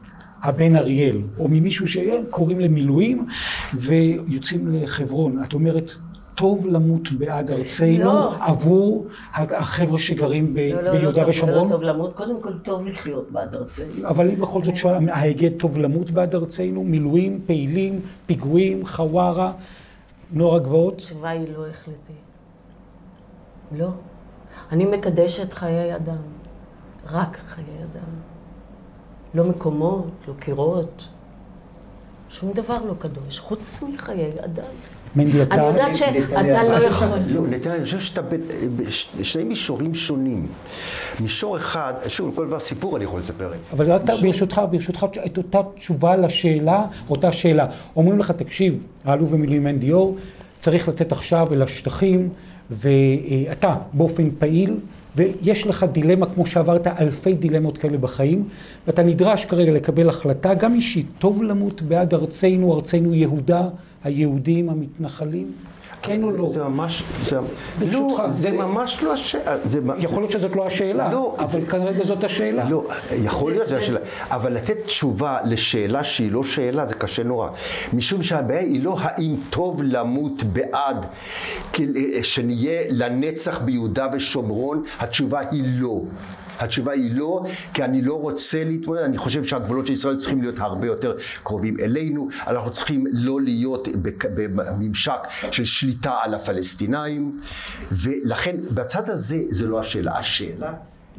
הבן אריאל, או ממישהו שקוראים למילואים ויוצאים לחברון. את אומרת, טוב למות בעד ארצנו עבור החבר'ה שגרים ביהודה ושומרון? לא טוב למות, קודם כל טוב לחיות בעד ארצנו. אבל אם בכל זאת ההיגד טוב למות בעד ארצנו, מילואים, פעילים, פיגועים, חווארה, נוער הגבעות? התשובה היא לא החלטי. לא. אני מקדשת חיי אדם. רק חיי אדם. לא מקומות, לא קירות. שום דבר לא קדוש, חוץ מחיי אדם. מנדי, אתה... אני יודעת שאתה לא יכול... לא, נתניה, אני חושב שאתה בשני מישורים שונים. מישור אחד, שוב, כל דבר סיפור אני יכול לספר. אבל רק ברשותך, את אותה תשובה לשאלה, אותה שאלה. אומרים לך, תקשיב, האלוף במילואים מנדי אור, צריך לצאת עכשיו אל השטחים, ואתה באופן פעיל, ויש לך דילמה, כמו שעברת אלפי דילמות כאלה בחיים, ואתה נדרש כרגע לקבל החלטה, גם אישית, טוב למות בעד ארצנו, ארצנו יהודה, היהודים, המתנחלים, כן או לא? זה ממש, זה ממש לא השאלה. יכול להיות שזאת לא השאלה, אבל כרגע זאת השאלה. לא, יכול להיות שזאת השאלה, אבל לתת תשובה לשאלה שהיא לא שאלה, זה קשה נורא. משום שהבעיה היא לא האם טוב למות בעד שנהיה לנצח ביהודה ושומרון, התשובה היא לא. התשובה היא לא, כי אני לא רוצה להתמודד, אני חושב שהגבולות של ישראל צריכים להיות הרבה יותר קרובים אלינו, אנחנו צריכים לא להיות בממשק של שליטה על הפלסטינאים, ולכן בצד הזה זה לא השאלה, השאלה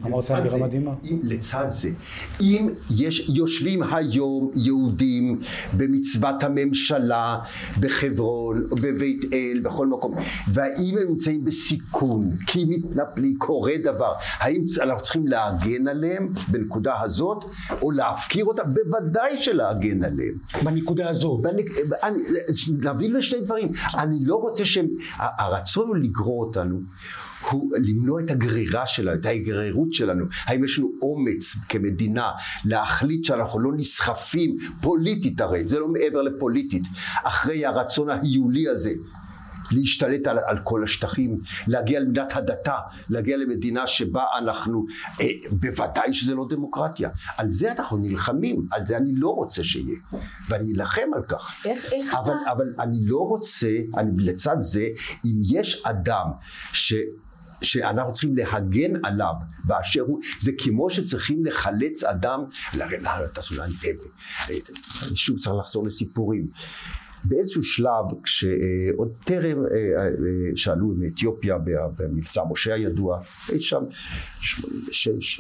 לצד זה, אם יושבים היום יהודים במצוות הממשלה, בחברון, בבית אל, בכל מקום, והאם הם נמצאים בסיכון, כי מתנפלים, קורה דבר, האם אנחנו צריכים להגן עליהם בנקודה הזאת, או להפקיר אותם? בוודאי שלהגן עליהם. בנקודה הזאת. להביא לשני דברים. אני לא רוצה שהרצון הוא לגרור אותנו, הוא למנוע את הגרירה שלנו, את ההגררות שלנו. האם יש לנו אומץ כמדינה להחליט שאנחנו לא נסחפים פוליטית, הרי זה לא מעבר לפוליטית, אחרי הרצון ההיולי הזה, להשתלט על כל השטחים, להגיע למדינת הדתה, להגיע למדינה שבה אנחנו, בוודאי שזה לא דמוקרטיה. על זה אנחנו נלחמים, על זה אני לא רוצה שיהיה, ואני אלחם על כך. אבל אני לא רוצה, לצד זה, אם יש אדם שאנחנו צריכים להגן עליו באשר הוא, זה כמו שצריכים לחלץ אדם, תעשו לאנטבה, אני שוב צריך לחזור לסיפורים. באיזשהו שלב, כשעוד טרם שעלו מאתיופיה במבצע משה הידוע, אי שם 86,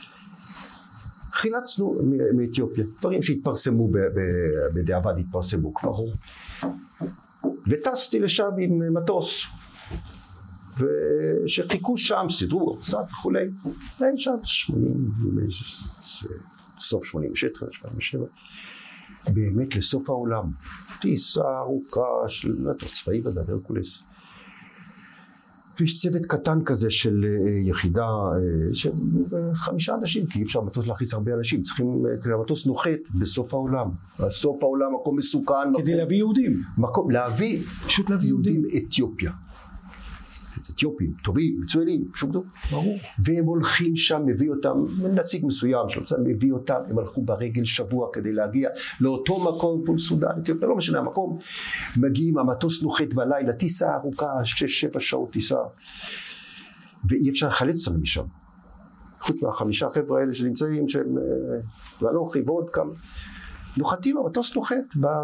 חילצנו מאתיופיה, דברים שהתפרסמו בדיעבד, התפרסמו כבר. וטסתי לשם עם מטוס, ושחיכו שם, סידרו ארצה וכולי, ואין שם 80, סוף 86, 87, באמת לסוף העולם, טיסה ארוכה של מטוס צבאי והרקולס, ויש צוות קטן כזה של יחידה של 5 אנשים, כי אי אפשר מטוס להכניס הרבה אנשים, צריכים, המטוס נוחת בסוף העולם, בסוף העולם מקום מסוכן, כדי להביא יהודים, להביא, פשוט להביא יהודים אתיופיה, אתיופים, טובים, מצוינים, שום דבר. ברור. והם הולכים שם, מביא אותם, נציג מסוים שלצד מביא אותם, הם הלכו ברגל שבוע כדי להגיע לאותו מקום, פול סודן, אתיופיה, לא משנה המקום, מגיעים, המטוס נוחת בלילה, טיסה ארוכה, 6-7 שעות טיסה, ואי אפשר לחלץ אותם משם. חוץ מה5 חבר'ה האלה שנמצאים, שהם ואנוכי ועוד כמה, נוחתים, המטוס נוחת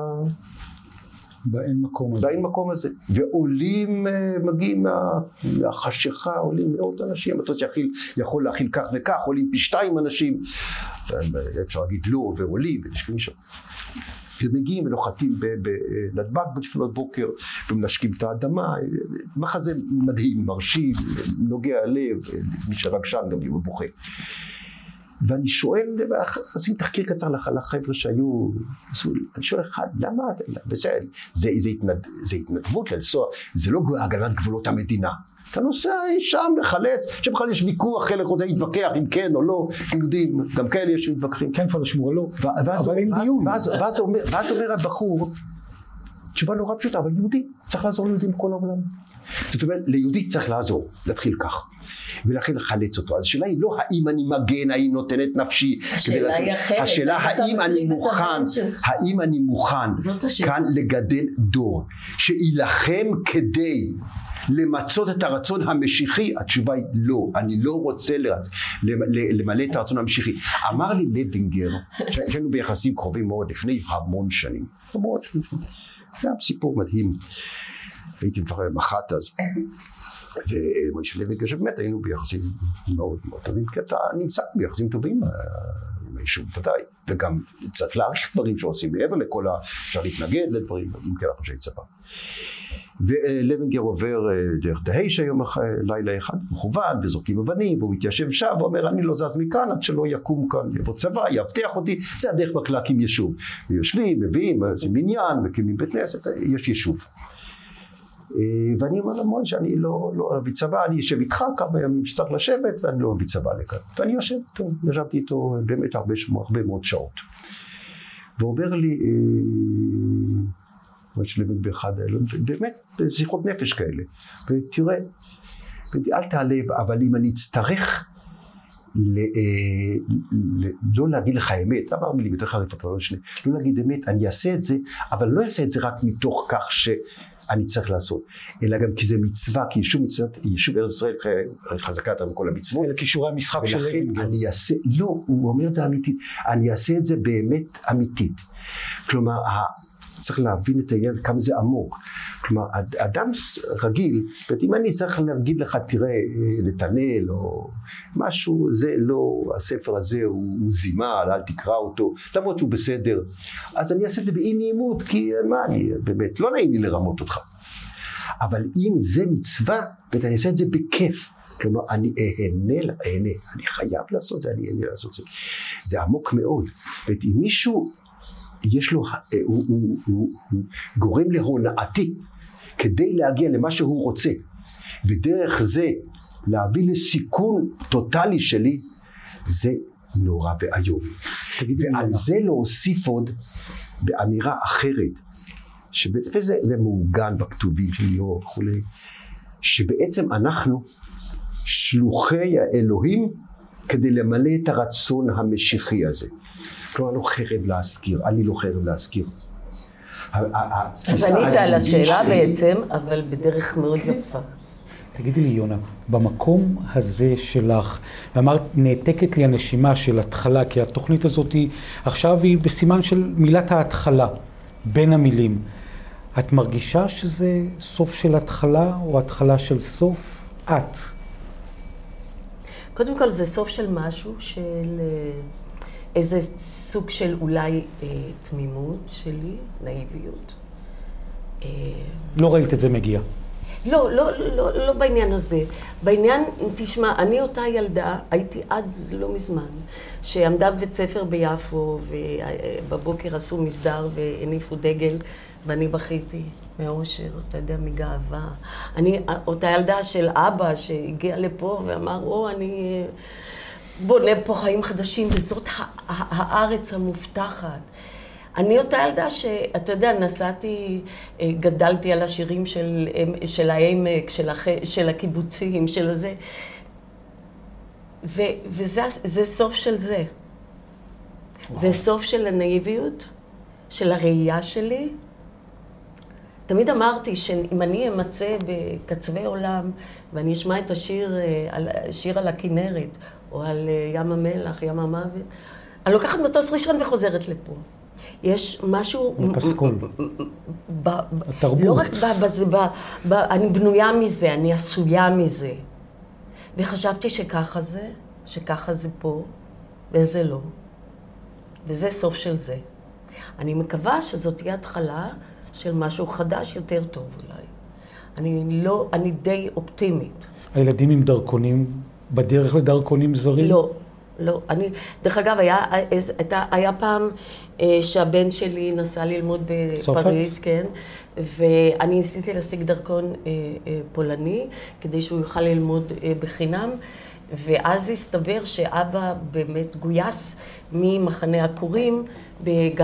באין מקום הזה. באין מקום הזה. ועולים, מגיעים מהחשיכה, עולים מאות אנשים, המטוס יכול להכיל כך וכך, עולים פי 2 אנשים, אפשר להגיד לא, ועולים, ונשקים שם. ומגיעים ונוחתים בנתב"ג לפנות בוקר, ומנשקים את האדמה, מחזה מדהים, מרשים, נוגע הלב, מי שרגשן גם יהיו בוכה. ואני שואל, עושים תחקיר קצר לחבר'ה שהיו, אני שואל אחד, למה? זה התנדבות לנסוע, זה לא הגנת גבולות המדינה. אתה נוסע שם לחלץ, שבכלל יש ויכוח, חלק רוצה להתווכח אם כן או לא, הם יודעים, גם כאלה יש מתווכחים. כן פלשמור, לא, אבל אין דיון. ואז אומר הבחור, תשובה נורא פשוטה, אבל יהודי, צריך לעזור ליהודים בכל העולם. זאת זאת אומרת, ליהודי צריך לעזור, להתחיל כך, ולכן לחלץ אותו. אז השאלה היא לא האם אני מגן, האם נותנת נפשי, השאלה היא אחרת. השאלה האם אני מוכן כאן לגדל דור, שילחם כדי למצות את הרצון המשיחי. התשובה היא לא, אני לא רוצה למלא את הרצון המשיחי. אמר לי לוינגר, שהיינו ביחסים קרובים מאוד לפני המון שנים, זה היה סיפור מדהים, הייתי מפחד מח"ט אז, ומוישה לוינגר שבאמת היינו ביחסים מאוד מאוד טובים, כי אתה נמצא ביחסים טובים עם היישוב ודאי, וגם צריך להעריך דברים שעושים מעבר לכל אפשר להתנגד לדברים, אם כן אנחנו אנשי צבא. ולוינגר עובר דרך דהיישה יום לילה אחד מכוון וזורקים אבנים, והוא מתיישב שם ואומר אני לא זז מכאן עד שלא יקום כאן, יבוא צבא, יבטיח אותי, זה הדרך להקים יישוב. ויושבים, מביאים, זה מניין, מקימים בית כנסת, יש יישוב. ואני אומר למון שאני לא אביא צבא, אני יושב איתך כמה ימים שצריך לשבת ואני לא אביא צבא לכאן. ואני ישבתי איתו באמת הרבה מאוד שעות. והוא אומר לי, שלבים באחד האלון, באמת שיחות נפש כאלה, ותראה, אל תעלב, אבל אם אני אצטרך לא להגיד לך אמת, אמר מילים יותר חריפות, לא להגיד אמת, אני אעשה את זה, אבל לא אעשה את זה רק מתוך כך שאני צריך לעשות, אלא גם כי זה מצווה, כי יישוב ארץ ישראל חזקה יותר מכל המצוות. אלה כישורי המשחק של לוינגר. אני אעשה, לא, הוא אומר את זה אמיתית, אני אעשה את זה באמת אמיתית. כלומר, צריך להבין את העניין כמה זה עמוק. כלומר, אדם רגיל, אם אני צריך להגיד לך, תראה, נתנאל או משהו, זה לא, הספר הזה הוא זימה, אל תקרא אותו, למרות שהוא בסדר. אז אני אעשה את זה באי נעימות, כי מה, אני באמת, לא נעים לי לרמות אותך. אבל אם זה מצווה, ואני אעשה את זה בכיף, כלומר, אני אהנה, אני חייב לעשות זה, אני אהנה לעשות זה. זה עמוק מאוד. ואם מישהו, יש לו, הוא גורם להונאתי כדי להגיע למה שהוא רוצה, ודרך זה להביא לסיכון טוטלי שלי, זה נורא ואיום. ועל זה להוסיף עוד באמירה אחרת, וזה מעוגן בכתובים שלי וכולי, שבעצם אנחנו שלוחי האלוהים כדי למלא את הרצון המשיחי הזה. כלומר, לא חרב להזכיר, אני לא חרב להזכיר. אז ענית על השאלה בעצם, אבל בדרך מאוד יפה. תגידי לי, יונה, במקום הזה שלך, ואמרת, נעתקת לי הנשימה של התחלה, כי התוכנית הזאת עכשיו היא בסימן של מילת ההתחלה, בין המילים. את מרגישה שזה סוף של התחלה, או התחלה של סוף? את. קודם כל, זה סוף של משהו, של איזה סוג של אולי תמימות שלי, נאיביות. לא ראית את זה מגיע. לא בעניין הזה. בעניין, תשמע, אני אותה ילדה, הייתי עד לא מזמן, שעמדה בבית ספר ביפו, ובבוקר עשו מסדר והניפו דגל, ואני בכיתי מאושר, אתה יודע, מגאווה. אני אותה ילדה של אבא שהגיע לפה ואמר, אני בונה פה חיים חדשים, וזאת הארץ המובטחת. אני אותה ילדה שאתה יודע, נסעתי, גדלתי על השירים של העמק, של הקיבוצים, של הזה. וזה סוף של זה. זה סוף של הנאיביות, של הראייה שלי. תמיד אמרתי שאם אני אמצא בקצווי עולם, ואני אשמע את השיר על הכנרת, או על ים המלח, ים המוות, אני לוקחת מטוס ראשון וחוזרת לפה. יש משהו... בפסקול. התרבות. לא רק אני בנויה מזה, אני עשויה מזה. וחשבתי שככה זה פה, וזה לא. וזה סוף של זה. אני מקווה שזאת תהיה התחלה של משהו חדש יותר טוב אולי. אני די אופטימית. הילדים עם דרכונים, בדרך לדרכונים זרים? לא. דרך אגב, היה פעם שהבן שלי נסע ללמוד בפריז, כן, ואני ניסיתי להשיג דרכון פולני, כדי שהוא יוכל ללמוד בחינם, ואז הסתבר שאבא באמת גויס ממחנה הכורים,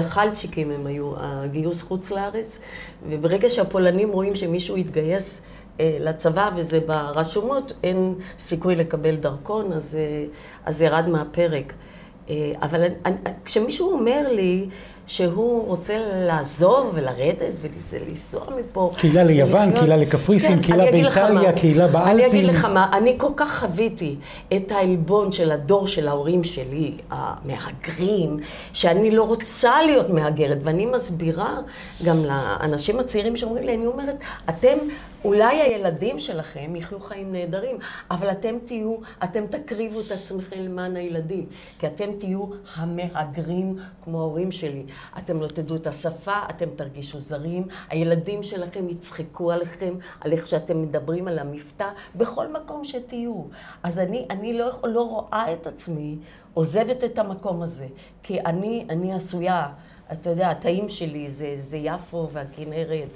בגחלצ'יקים הם היו, הגיוס חוץ לארץ, וברגע שהפולנים רואים שמישהו התגייס לצבא וזה ברשומות, אין סיכוי לקבל דרכון, אז ירד מהפרק. אבל כשמישהו אומר לי שהוא רוצה לעזוב ולרדת ולנסוע מפה... קהילה ליוון, קהילה לקפריסין, קהילה באיטליה, קהילה באלפים. אני אגיד לך מה, אני כל כך חוויתי את העלבון של הדור של ההורים שלי, המהגרים, שאני לא רוצה להיות מהגרת, ואני מסבירה גם לאנשים הצעירים שאומרים לי, אני אומרת, אתם... אולי הילדים שלכם יחיו חיים נהדרים, אבל אתם תקריבו את עצמכם למען הילדים, כי אתם תהיו המהגרים כמו ההורים שלי. אתם לא תדעו את השפה, אתם תרגישו זרים, הילדים שלכם יצחקו עליכם, על איך שאתם מדברים על המבטא, בכל מקום שתהיו. אז אני לא רואה את עצמי, עוזבת את המקום הזה, כי אני עשויה, אתה יודע, התאים שלי זה יפו והכנרת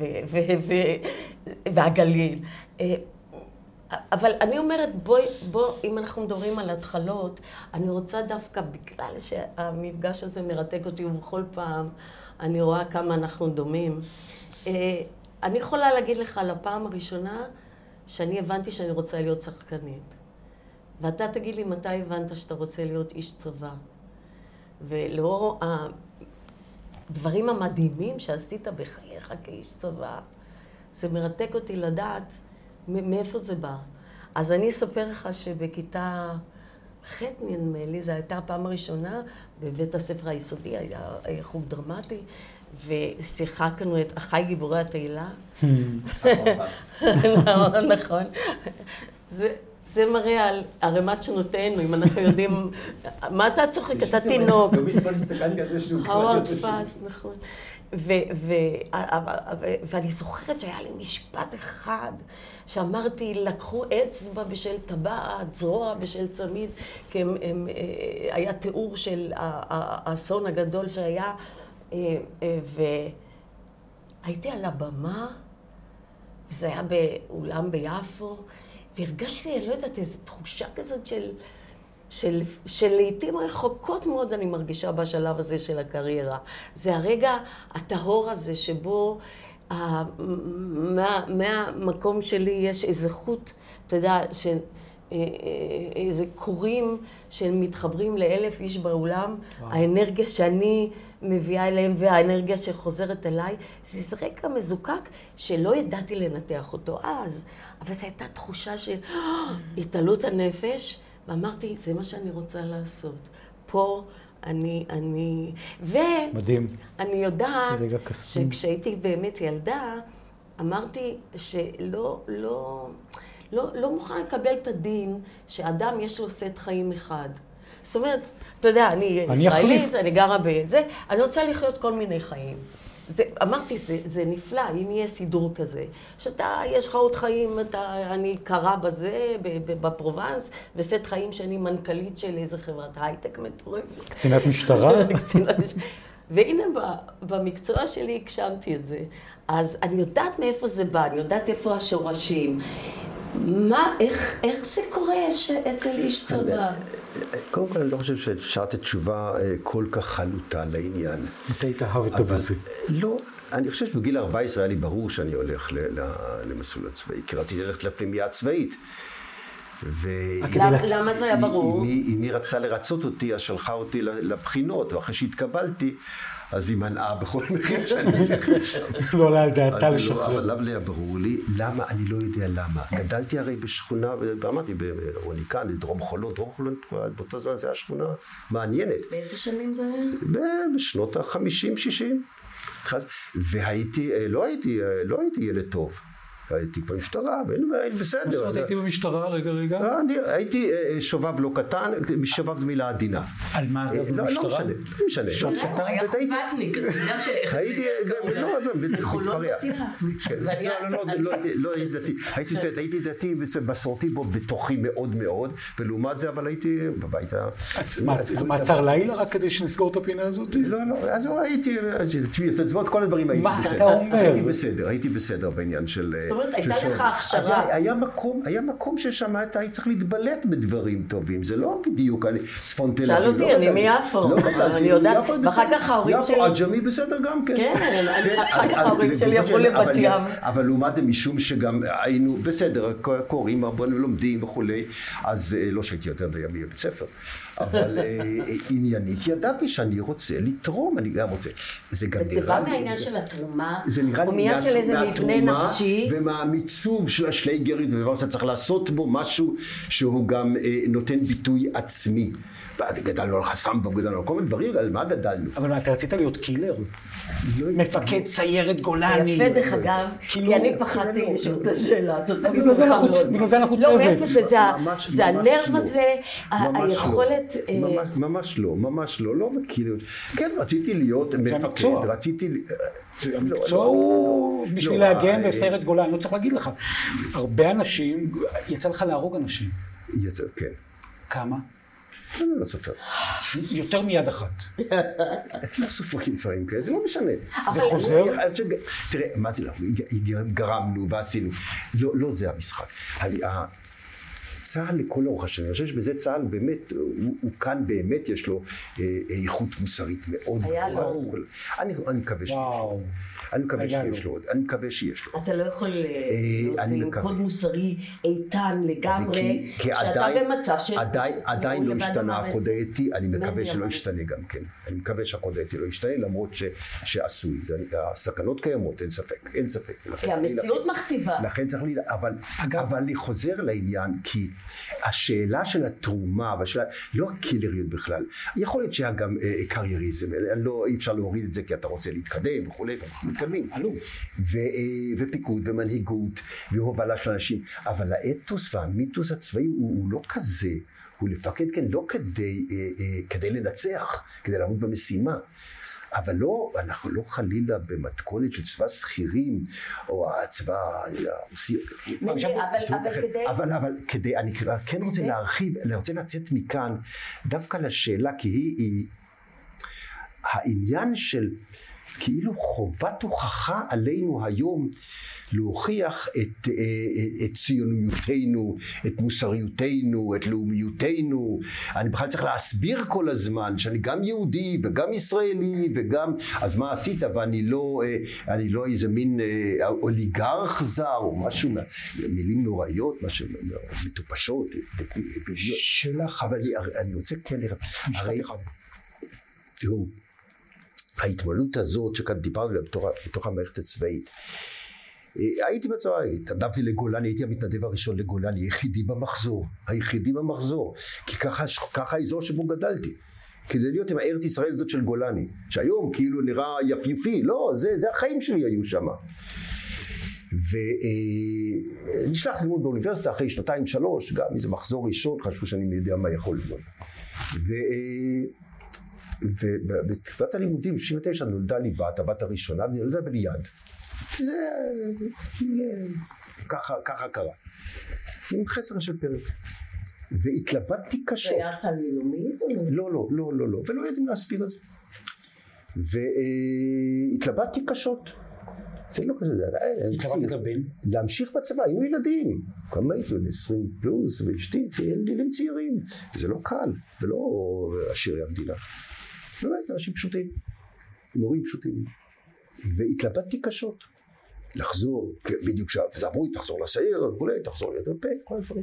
והגליל. אבל אני אומרת, בוא, אם אנחנו מדברים על התחלות, אני רוצה דווקא, בגלל שהמפגש הזה מרתק אותי, ובכל פעם אני רואה כמה אנחנו דומים. אני יכולה להגיד לך על הפעם הראשונה, שאני הבנתי שאני רוצה להיות שחקנית. ואתה תגיד לי מתי הבנת שאתה רוצה להיות איש צבא. ולאור הדברים המדהימים שעשית בחייך כאיש צבא, זה מרתק אותי לדעת מאיפה זה בא. אז אני אספר לך שבכיתה ח' נדמה לי, זו הייתה הפעם הראשונה, בבית הספר היסודי, היה חוג דרמטי, ושיחקנו את אחי גיבורי התהילה. נכון. זה מראה על ערימת שנותינו, אם אנחנו יודעים... מה אתה צוחק? אתה תינוק. לא מזמן הסתכלתי על זה שהוא הווארד פאסט, נכון. ואני זוכרת שהיה לי משפט אחד שאמרתי, לקחו אצבע בשל טבעת, זרוע בשל צמיד, כי היה תיאור של האסון הגדול שהיה, והייתי על הבמה, וזה היה באולם ביפו, והרגשתי, אני לא יודעת, איזו תחושה כזאת של לעתים רחוקות מאוד אני מרגישה בשלב הזה של הקריירה. זה הרגע הטהור הזה שבו מהמקום שלי יש איזה חוט, אתה יודע, איזה קורים שמתחברים ל1,000 איש באולם, האנרגיה שאני מביאה אליהם והאנרגיה שחוזרת אליי, זה רגע מזוקק שלא ידעתי לנתח אותו אז, אבל זו הייתה תחושה של התעלות הנפש, ואמרתי, זה מה שאני רוצה לעשות. פה מדהים. אני יודעת שכשהייתי באמת ילדה, אמרתי שלא מוכן לקבל את הדין שאדם יש לו סט חיים אחד. זאת אומרת, אתה יודע, אני ישראלית, אני גרה בזה, אני רוצה לחיות כל מיני חיים. אמרתי, זה נפלא, אם יהיה סידור כזה, שאתה, יש לך עוד חיים, אני קרה בזה, בפרובנס, וסט חיים שאני מנכ"לית של איזה חברת הייטק מטורפת. קצינת משטרה? והנה במקצוע שלי הגשמתי את זה. אז אני יודעת מאיפה זה בא, אני יודעת איפה השורשים. איך זה קורה אצל איש צבא? קודם כל, אני לא חושב שאפשר לתת תשובה כל כך חלוטה לעניין. מתי התאהבת בזה? לא, אני חושב שבגיל 14 היה לי ברור שאני הולך למסלול הצבאי, כי רציתי ללכת לפנימייה הצבאית. למה זה היה ברור? אמי רצה לרצות אותי, אז שלחה אותי לבחינות, ואחרי שהתקבלתי, אז היא מנעה בכל מחיר שאני אלך לשם. לא עלה על דעתה לשחרר. אבל למה היה ברור לי? למה? אני לא יודע למה. גדלתי הרי בשכונה, ואמרתי, ברוניקן, דרום חולון. דרום חולון, באותו זמן זה היה שכונה מעניינת. באיזה שנים זה היה? בשנות ה-50-60. והייתי, לא הייתי ילד טוב. הייתי במשטרה, בסדר. הייתי במשטרה, רגע. הייתי שובב לא קטן, שובב זו מילה עדינה. על מה אגב במשטרה? לא משנה. היה חובטניק, אתה יודע הייתי, מתפרע. לא הייתי דתי. הייתי דתי מסורתי בו בתוכי מאוד מאוד, ולעומת זה, אבל הייתי בבית. מעצר לילה רק כדי שנסגור את הפינה הזאת? לא, אז הייתי, כל הדברים הייתי בסדר. מה אתה אומר? הייתי בסדר בעניין של... זאת אומרת, הייתה לך הכשרה. היה מקום ששמעת, היית צריך להתבלט בדברים טובים, זה לא בדיוק, צפון תל אביב. שאל אותי, אני מיפו. לא גדלתי, אני יודעת, ואחר כך ההורים שלי... יפו, עג'מי בסדר גם כן. כן, אחר כך ההורים שלי עברו לבת ים. אבל לעומת זה משום שגם היינו בסדר, קוראים, הרבה לומדים וכולי, אז לא שהייתי יותר דימי בבית ספר. אבל עניינית ידעתי שאני רוצה לתרום, אני גם רוצה. זה בא מהעניין של התרומה, או מעניין של איזה מבנה נפשי. ומהמיצוב של השלייגרית, ודבר שאתה צריך לעשות בו משהו שהוא גם נותן ביטוי עצמי. גדלנו על חסמבה, גדלנו על כל מיני דברים, על מה גדלנו? אבל אתה רצית להיות קילר? מפקד סיירת גולני. זה יפה דרך אגב, כי אני פחדתי לשאול את השאלה הזאת. בגלל זה אנחנו צוות. לא, מאיפה זה הנרב הזה, היכולת... ממש לא, ממש לא, לא בקילר. כן, רציתי להיות מפקד, רציתי... המקצוע הוא בשביל להגן בסיירת גולני, לא צריך להגיד לך. הרבה אנשים, יצא לך להרוג אנשים. יצא, כן. כמה? אני לא סופר. יותר מיד אחת. לא סופרים דברים כאלה, זה לא משנה. זה חוזר? תראה, מה זה לא? גרמנו ועשינו. לא זה המשחק. צה"ל לכל אורך השנים, אני חושב שבזה צה"ל באמת, הוא כאן באמת יש לו איכות מוסרית מאוד גבוהה. אני מקווה שיש לו. אני מקווה שיש לו. אתה לא יכול לנקוד מוסרי איתן לגמרי, שאתה במצב ש... עדיין לא השתנה הקוד האתי, אני מקווה שלא ישתנה גם כן. אני מקווה שהקוד האתי לא ישתנה, למרות שעשוי. הסכנות קיימות, אין ספק, אין ספק. כי המציאות מכתיבה. לכן צריך להגיד, אבל אני חוזר לעניין, כי השאלה של התרומה, לא הקילריות בכלל, יכול להיות שהיה גם קרייריזם, אי אפשר להוריד את זה כי אתה רוצה להתקדם וכו', ואנחנו מתקדמים. ופיקוד ומנהיגות והובלה של אנשים, אבל האתוס והמיתוס הצבאי הוא לא כזה, הוא לפקד כן לא כדי לנצח, כדי לעמוד במשימה. אבל לא, אנחנו לא חלילה במתכונת של צבא שכירים, או הצבא הרוסי. אבל כדי, אני כן רוצה להרחיב, אני רוצה לצאת מכאן, דווקא לשאלה, כי היא העניין של כאילו חובת הוכחה עלינו היום, להוכיח את ציוניותנו, את מוסריותנו, את לאומיותנו. אני בכלל צריך להסביר כל הזמן שאני גם יהודי וגם ישראלי וגם, אז מה עשית? ואני לא איזה מין אוליגרך זר או משהו, מילים נוראיות, משהו מטופשות. שלך. אבל אני רוצה כן לראות. הרי, תראו, ההתמודדות הזאת שכאן דיברנו עליה בתוך המערכת הצבאית, הייתי בצבא, התנדבתי לגולני, הייתי המתנדב הראשון לגולני, היחידי במחזור, כי ככה האזור שבו גדלתי, כדי להיות עם הארץ ישראל הזאת של גולני, שהיום כאילו נראה יפיופי, לא, זה החיים שלי היו שם. ונשלח ללמוד באוניברסיטה אחרי 2-3, גם איזה מחזור ראשון, חשבו שאני יודע מה יכול ללמוד. ובתקופת הלימודים, 69, נולדה לי הבת הראשונה, והיא נולדה בליד. זה ככה קרה. עם חסר של פרק. והתלבטתי קשות. היה תלמיד או לא? לא. ולא יודעים להסביר את זה. והתלבטתי קשות. זה לא כזה, התלבטתי לבן? להמשיך בצבא, היינו ילדים. כמה היינו, 20 פלוס, ואשתי, ילדים צעירים. זה לא קל, ולא עשירי המדינה. באמת, אנשים פשוטים. מורים פשוטים. והתלבטתי קשות. לחזור, בדיוק כשעברו, תחזור לסייר, תחזור לדרפה, כל הדברים.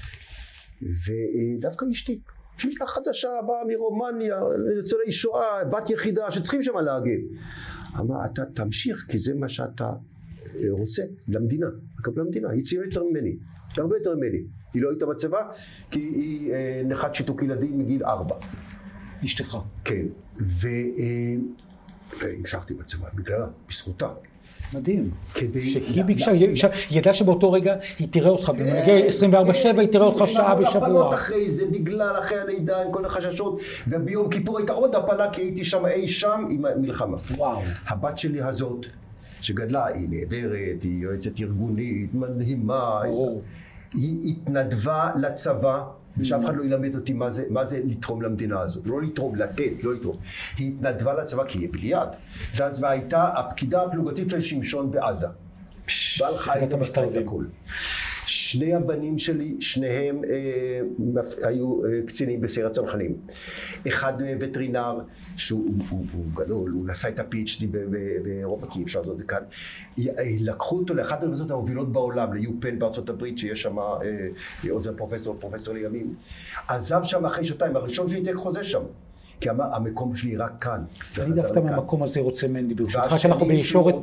ודווקא אשתי, שאלה חדשה, באה מרומניה, ניצולי שואה, בת יחידה, שצריכים שם להגן. אמרה, אתה תמשיך, כי זה מה שאתה רוצה, למדינה, לקבל למדינה. היא ציונית יותר ממני, הרבה יותר ממני. היא לא הייתה בצבא, כי היא נחת שיתוק ילדים מגיל 4. אשתך. כן, והמשכתי בצבא, בגללה, בזכותה. מדהים. שהיא ביקשה, היא ידעה שבאותו רגע היא תראה אותך, במנהגי 24/7 היא תראה אותך שעה בשבוע. הפלות אחרי זה, בגלל אחרי הלידה, עם כל החששות, וביום כיפור הייתה עוד הפלה, כי הייתי שם אי שם עם מלחמה. וואו. הבת שלי הזאת, שגדלה, היא נהדרת, היא יועצת ארגונית, מדהימה, היא התנדבה לצבא, ושאף אחד לא ילמד אותי מה זה לתרום למדינה הזאת. לא לתרום, לתת, לא לתרום. היא התנדבה לצבא כי היא בליד. והייתה הפקידה הפלוגתית של שמשון בעזה. בעל חיים ומסתר את הכל. שני הבנים שלי, שניהם היו קצינים בסיירת צנחנים. אחד וטרינר, שהוא גדול, הוא עשה את ה-PhD באירופה, כי אפשר לעשות את זה כאן. לקחו אותו לאחת האוניברסיטאות המובילות בעולם, ליופן בארצות הברית, שיש שם עוזר פרופסור לימים. עזב שם אחרי שנתיים, הראשון שהייתי חוזה שם. כי המקום שלי רק כאן. אני דווקא מהמקום הזה רוצה מנדי, ברשותך שאנחנו בישורת...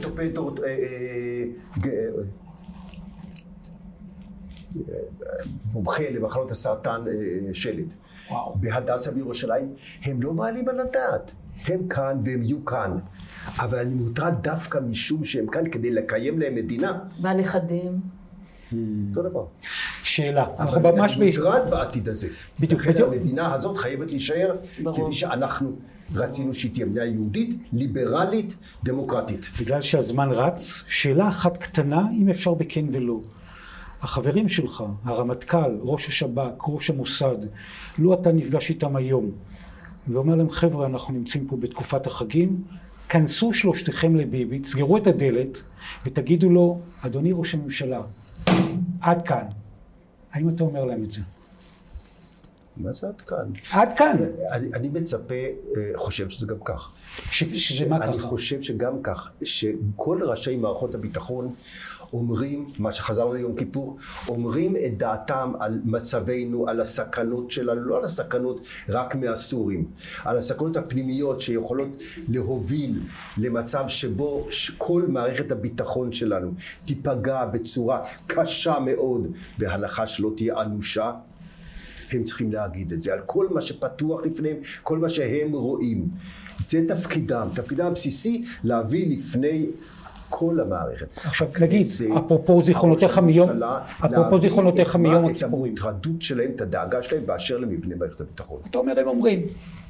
מומחה למחלות הסרטן שלד. בהדסה בירושלים, הם לא מעלים על הדעת. הם כאן והם יהיו כאן. אבל אני מוטרד דווקא משום שהם כאן כדי לקיים להם מדינה. והנכדים. אותו דבר. שאלה. אבל אני מוטרד בעתיד הזה. בדיוק. לכן המדינה הזאת חייבת להישאר כפי שאנחנו רצינו שהיא תהיה מדינה יהודית, ליברלית, דמוקרטית. בגלל שהזמן רץ, שאלה אחת קטנה, אם אפשר בכן ולא. החברים שלך, הרמטכ"ל, ראש השב"כ, ראש המוסד, לא אתה נפגש איתם היום, ואומר להם, חבר'ה, אנחנו נמצאים פה בתקופת החגים, כנסו שלושתכם לביבי, תסגרו את הדלת, ותגידו לו, אדוני ראש הממשלה, עד כאן. האם אתה אומר להם את זה? מה זה עד כאן? עד כאן. אני מצפה, חושב שזה גם כך. שזה מה ככה? אני חושב שגם כך, שכל ראשי מערכות הביטחון אומרים, מה שחזרנו ליום כיפור, אומרים את דעתם על מצבנו, על הסכנות שלנו, לא על הסכנות רק מהסורים, על הסכנות הפנימיות שיכולות להוביל למצב שבו כל מערכת הביטחון שלנו תיפגע בצורה קשה מאוד, בהנחה שלא תהיה אנושה. הם צריכים להגיד את זה, על כל מה שפתוח לפניהם, כל מה שהם רואים. זה תפקידם הבסיסי להביא לפני כל המערכת. עכשיו נגיד, אפרופו זיכרונותיך מיום הכיפורים. את ההתרדות שלהם, את הדאגה שלהם, באשר למבנה מערכת הביטחון. אתה אומר, הם אומרים,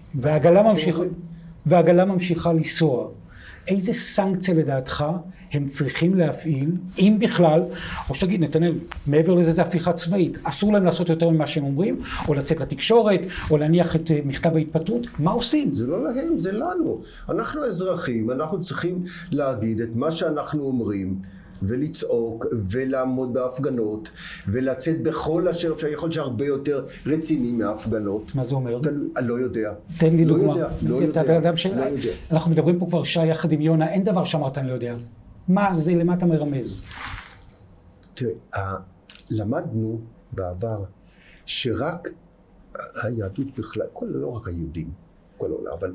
והעגלה ממשיכה לנסוע. איזה סנקציה לדעתך הם צריכים להפעיל, אם בכלל, או שתגיד, נתנאל, מעבר לזה זה הפיכה צבאית, אסור להם לעשות יותר ממה שהם אומרים, או לצאת לתקשורת, או להניח את מכתב ההתפטרות, מה עושים? זה לא להם, זה לנו. אנחנו אזרחים, אנחנו צריכים להגיד את מה שאנחנו אומרים, ולצעוק, ולעמוד בהפגנות, ולצאת בכל אשר אפשר, יכול להיות שהרבה יותר רציני מההפגנות. מה זה אומר? אני לא יודע. תן לי דוגמה. לא יודע. אנחנו מדברים פה כבר שעה יחד עם יונה, אין דבר שאמרת אני לא יודע. מה זה, למה אתה מרמז? תראה, למדנו בעבר שרק היהדות בכלל, לא רק היהודים, כל העולם, אבל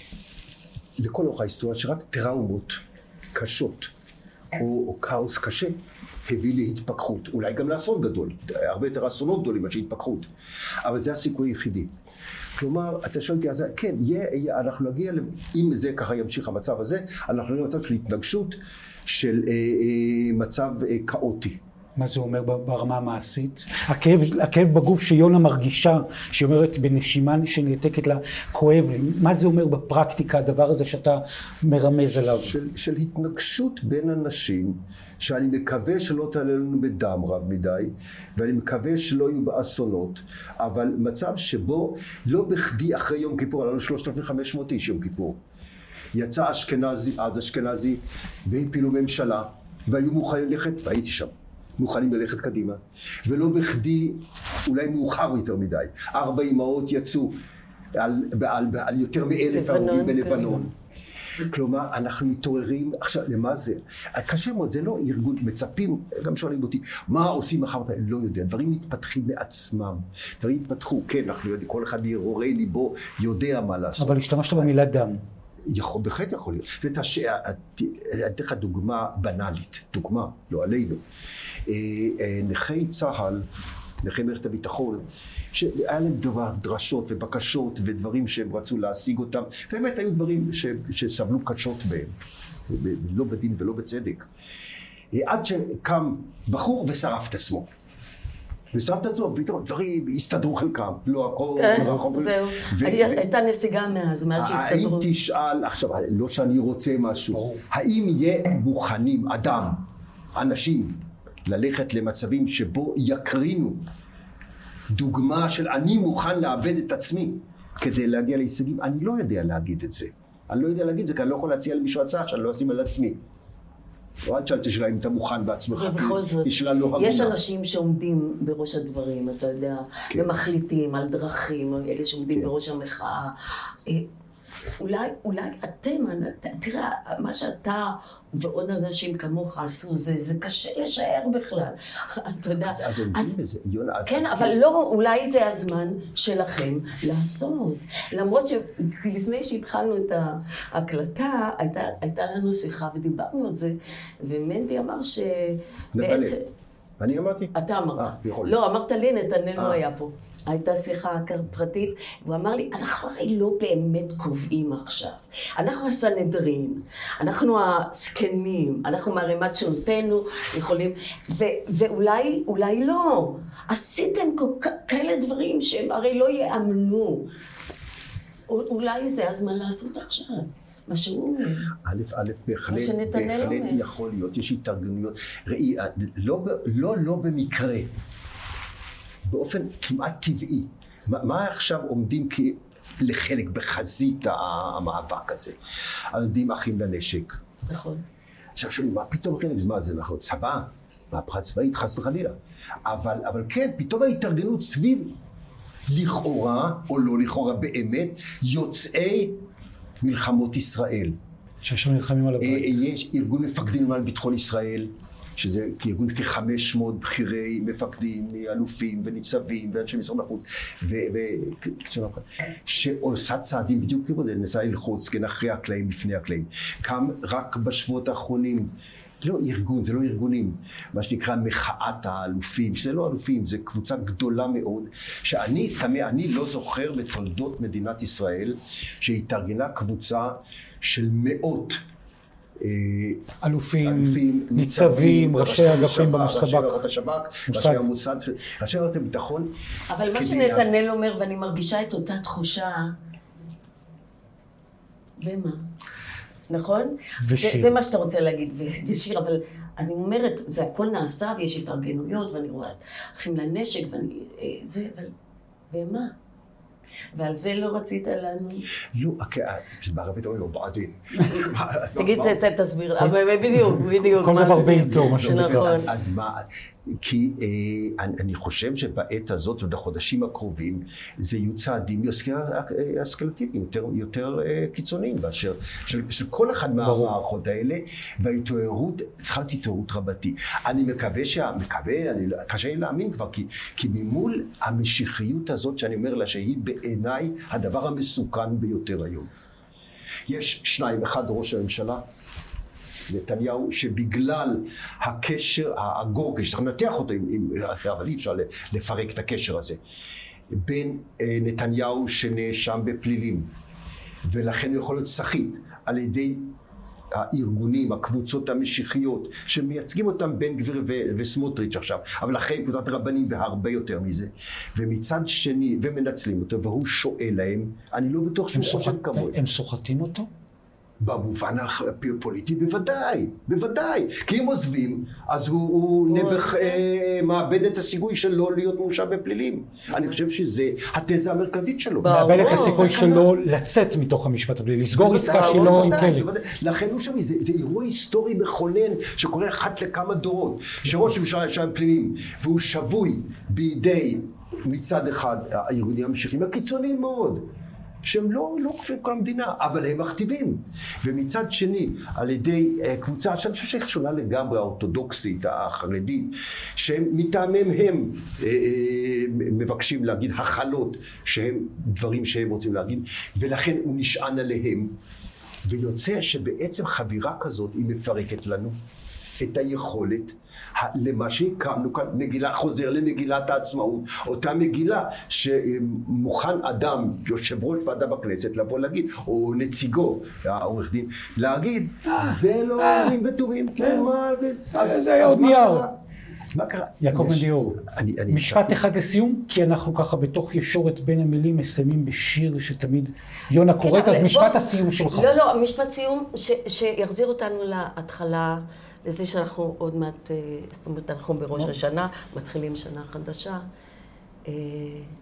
לכל אורך ההיסטוריה, שרק טראומות קשות, או כאוס קשה, הביא להתפכחות, אולי גם לאסון גדול, הרבה יותר אסונות גדולים מאשר התפכחות, אבל זה הסיכוי היחידי. כלומר, אתה שואל אותי, אז כן, אנחנו נגיע, אם זה ככה ימשיך המצב הזה, אנחנו נגיע למצב של התנגשות, של מצב כאוטי. מה זה אומר ברמה המעשית? הכאב בגוף שיונה מרגישה, שהיא אומרת בנשימה שנעתקת לה, כואב לי. מה זה אומר בפרקטיקה, הדבר הזה שאתה מרמז עליו? של התנגשות בין אנשים, שאני מקווה שלא תעלה לנו בדם רב מדי, ואני מקווה שלא יהיו באסונות, אבל מצב שבו לא בכדי אחרי יום כיפור, עלינו 3,500 איש יום כיפור. יצא אשכנזי, והפילו ממשלה, והיו מוכנים ללכת, והייתי שם. מוכנים ללכת קדימה, ולא בכדי, אולי מאוחר יותר מדי, 4 אמהות יצאו על יותר מ1,000 הרוגים בלבנון. כלומר, אנחנו מתעוררים, עכשיו, למה זה? קשה מאוד, זה לא ארגון, מצפים, גם שואלים אותי, מה עושים מחר? לא יודע, דברים מתפתחים מעצמם, דברים מתפתחו, כן, אנחנו יודעים, כל אחד בהרהורי ליבו יודע מה לעשות. אבל השתמשת במילה דם. בהחלט יכול להיות. אני אתן לך דוגמה בנאלית, דוגמה, לא עלינו. נכי צה"ל, נכי מערכת הביטחון, שהיה להם דרשות ובקשות ודברים שהם רצו להשיג אותם, באמת היו דברים שסבלו קשות בהם, לא בדין ולא בצדק. עד שקם בחור ושרף את עצמו. ושרף את עצמו, פתאום דברים הסתדרו חלקם, לא הכל, זהו. הייתה נסיגה מאז שהסתדרו. האם תשאל, עכשיו, לא שאני רוצה משהו, האם יהיה מוכנים אנשים, ללכת למצבים שבו יקרינו דוגמה של אני מוכן לאבד את עצמי כדי להגיע להישגים? אני לא יודע להגיד את זה. אני לא יודע להגיד את זה כי אני לא יכול להציע למישהו הצעה שאני לא אשים על עצמי. לא עד שאלתי שאלה אם אתה מוכן בעצמך. ובכל זאת, לא יש אנשים שעומדים בראש הדברים, אתה יודע, כן. ומחליטים על דרכים, אלה שעומדים כן. בראש המחאה. אולי אתם, תראה, מה שאתה ועוד אנשים כמוך עשו, זה קשה לשער בכלל. אתה יודע. אז עומדים בזה, יונה. כן, אבל לא, אולי זה הזמן שלכם לעשות. למרות שלפני שהתחלנו את ההקלטה, הייתה לנו שיחה ודיברנו על זה, ומנדי אמר שבעצם... אני אמרתי? אתה אמרת. לא, אמרת לי, נתנאל לא היה פה. הייתה שיחה פרטית, והוא אמר לי, אנחנו הרי לא באמת קובעים עכשיו. אנחנו הסנהדרין, אנחנו הזקנים, אנחנו מערימת שנותינו, יכולים, ואולי לא. עשיתם כאלה דברים שהם הרי לא יאמנו. אולי זה הזמן לעשות עכשיו. מה שהוא אומר. בהחלט יכול להיות, יש התארגנויות. ראי, לא במקרה, באופן כמעט טבעי. מה עכשיו עומדים לחלק בחזית המאבק הזה? עומדים אחים לנשק. נכון. עכשיו שואלים, מה פתאום אחים לנשק? מה זה, אנחנו צבא? מהפכה צבאית, חס וחלילה. אבל כן, פתאום ההתארגנות סביב לכאורה, או לא לכאורה באמת, יוצאי מלחמות ישראל. שיש מלחמים על הבית. יש ארגון מפקדים למען ביטחון ישראל, שזה כארגון כ-500 בכירי מפקדים, אלופים וניצבים ואנשי משרד החוץ, שעושה צעדים בדיוק כבודל, נסה ללחוץ כן אחרי הקלעים, לפני הקלעים. קם רק בשבועות האחרונים, לא ארגון, זה לא ארגונים, מה שנקרא מחאת האלופים, שזה לא אלופים, זה קבוצה גדולה מאוד, אני לא זוכר בתולדות מדינת ישראל, שהתארגנה קבוצה של מאות אלופים, ניצבים, ראשי אגפים במוסד, ראשי השב"כ, ראשי המוסד, ראשי מערכת הביטחון. אבל מה שנתנאל אומר, ואני מרגישה את אותה תחושה, ומה? נכון? זה מה שאתה רוצה להגיד, ושיר, אבל אני אומרת, זה הכל נעשה ויש התארגנויות, ואני רואה אחים לנשק, ומה? ועל זה לא רצית לנו? לא, בערבית אומרים לו בעדין. תגיד, תסביר, אבל בדיוק. כל דבר בעיתו, מה שנקרא. אז מה, כי אני חושב שבעת הזאת ובחודשים הקרובים, זה יהיו צעדים אסקלטיביים, יותר קיצוניים, באשר של כל אחד מהמערכות האלה, וההתעוררות, צריכה להיות התעוררות רבתי. אני מקווה, קשה לי להאמין כבר, כי ממול המשיחיות הזאת שאני אומר לה, שהיא בעיניי הדבר המסוכן ביותר היום. יש שניים, אחד ראש הממשלה, נתניהו, שבגלל הקשר, הגורגש, צריך לנתח אותו, אבל אי אפשר לפרק את הקשר הזה, בין נתניהו שנאשם בפלילים, ולכן הוא יכול להיות סחיט על ידי הארגונים, הקבוצות המשיחיות, שמייצגים אותם בן גביר וסמוטריץ' עכשיו, אבל אחרי קבוצת רבנים והרבה יותר מזה, ומצד שני, ומנצלים אותו, והוא שואל להם, אני לא בטוח שהוא חושב כמוהם. הם סוחטים אותו? במובן הפוליטי בוודאי, כי אם עוזבים, אז הוא נבח מאבד את הסיכוי שלו להיות מורשע בפלילים. אני חושב שזה התזה המרכזית שלו. מאבד את הסיכוי שלו לצאת מתוך המשפט הפלילי, לסגור עסקה שלו עם כלא. לכן הוא שם, זה אירוע היסטורי מכונן שקורה אחת לכמה דורות, שראש הממשלה ישב בפלילים, והוא שבוי בידי מצד אחד הארגונים המשיחיים הקיצוניים מאוד, שהם לא כפי כל המדינה, אבל הם מכתיבים. ומצד שני, על ידי קבוצה, שאני חושב שהיא שונה לגמרי, האורתודוקסית, החרדית, שהם מטעמם הם מבקשים להגיד הכלות, שהם דברים שהם רוצים להגיד, ולכן הוא נשען עליהם. ויוצא שבעצם חבירה כזאת היא מפרקת לנו את היכולת למה שהקמנו כאן, מגילה, חוזר למגילת העצמאות, אותה מגילה שמוכן אדם, יושב ראש ועדה בכנסת, לבוא להגיד, או נציגו, העורך דין, להגיד, זה לא אומרים וטובים, זה היה עוד נייר. מה קרה? יעקב מדיאור, משפט אחד לסיום, כי אנחנו ככה בתוך ישורת בין המילים מסיימים בשיר שתמיד יונה קוראת, אז משפט הסיום שלך. לא, משפט סיום שיחזיר אותנו להתחלה, לזה שאנחנו עוד מעט, זאת אומרת, אנחנו בראש השנה, מתחילים שנה חדשה.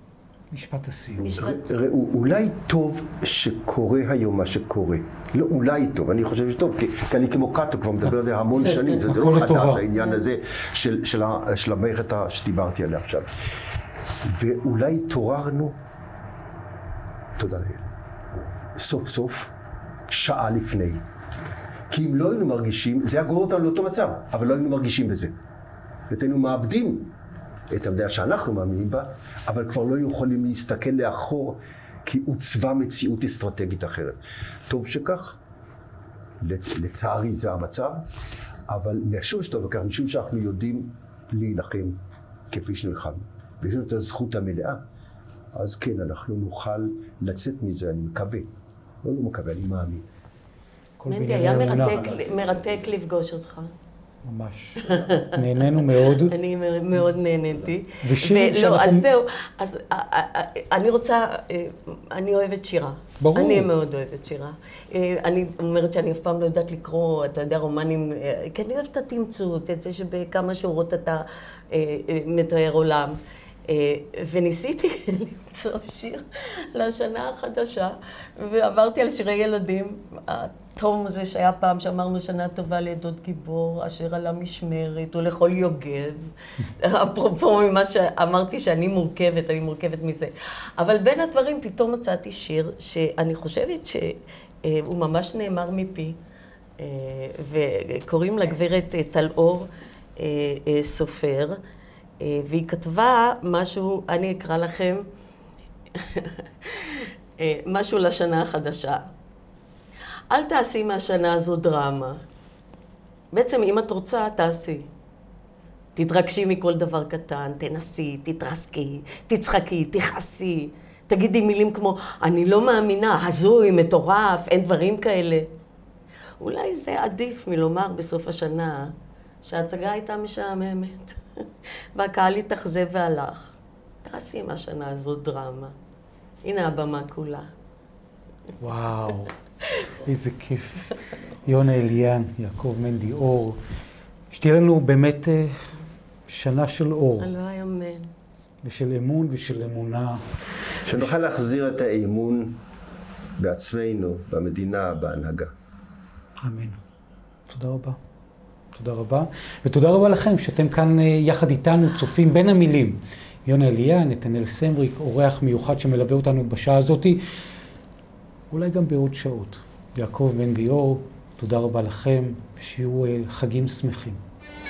משפט הסיום. ראו, אולי טוב שקורה היום מה שקורה. לא, אולי טוב, אני חושב שטוב, כי אני כמו קאטו כבר מדבר על זה המון שנים, זה לא חדש העניין הזה של המערכת שדיברתי עליה עכשיו. ואולי התעוררנו, תודה לאל, סוף סוף, שעה לפני. כי אם לא היינו מרגישים, זה היה גורר אותנו לאותו מצב, אבל לא היינו מרגישים בזה. היינו מאבדים את המדעה שאנחנו מאמינים בה, אבל כבר לא יכולים להסתכל לאחור, כי עוצבה מציאות אסטרטגית אחרת. טוב שכך, לצערי זה המצב, אבל משום שטוב וכך, משום שאנחנו יודעים להילחם כפי שנלחם, ויש לנו את הזכות המלאה, אז כן, אנחנו נוכל לצאת מזה, אני מקווה. לא מקווה, אני מאמין. מנדי, היה מרתק לפגוש אותך. ממש. נהנינו מאוד. אני מאוד נהניתי. ושיר שאנחנו... לא, אז זהו. אז אני רוצה, אני אוהבת שירה. ברור. אני מאוד אוהבת שירה. אני אומרת שאני אף פעם לא יודעת לקרוא, אתה יודע, רומנים, כי אני אוהבת את התמצות, את זה שבכמה שורות אתה מתאר עולם. וניסיתי למצוא שיר לשנה החדשה, ועברתי על שירי ילדים. התום הזה שהיה פעם שאמרנו שנה טובה לידות גיבור, אשר על המשמרת, או לכל יוגב. אפרופו ממה שאמרתי שאני מורכבת, אני מורכבת מזה. אבל בין הדברים פתאום מצאתי שיר שאני חושבת שהוא ממש נאמר מפי, וקוראים לגברת טל-אור סופר, והיא כתבה משהו, אני אקרא לכם, משהו לשנה החדשה. אל תעשי מהשנה הזו דרמה. בעצם אם את רוצה, תעשי. תתרגשי מכל דבר קטן, תנסי, תתרסקי, תצחקי, תכעסי. תגידי מילים כמו, אני לא מאמינה, הזוי, מטורף, אין דברים כאלה. אולי זה עדיף מלומר בסוף השנה שההצגה הייתה משעממת. והקהל התאכזב והלך. תעשי מהשנה הזו דרמה. הנה הבמה כולה. וואו, איזה כיף. יונה אליאן, יעקב מנדי אור. שתהיה לנו באמת שנה של אור. אני לא אאמן. ושל אמון ושל אמונה. שנוכל להחזיר את האמון בעצמנו, במדינה, בהנהגה. אמן. תודה רבה. תודה רבה. ותודה רבה לכם שאתם כאן יחד איתנו, צופים בין המילים. יונה אליאן, נתנאל סמריק, אורח מיוחד שמלווה אותנו בשעה הזאת. אולי גם בעוד שעות. יעקב מנדי אור, תודה רבה לכם, ושיהיו חגים שמחים.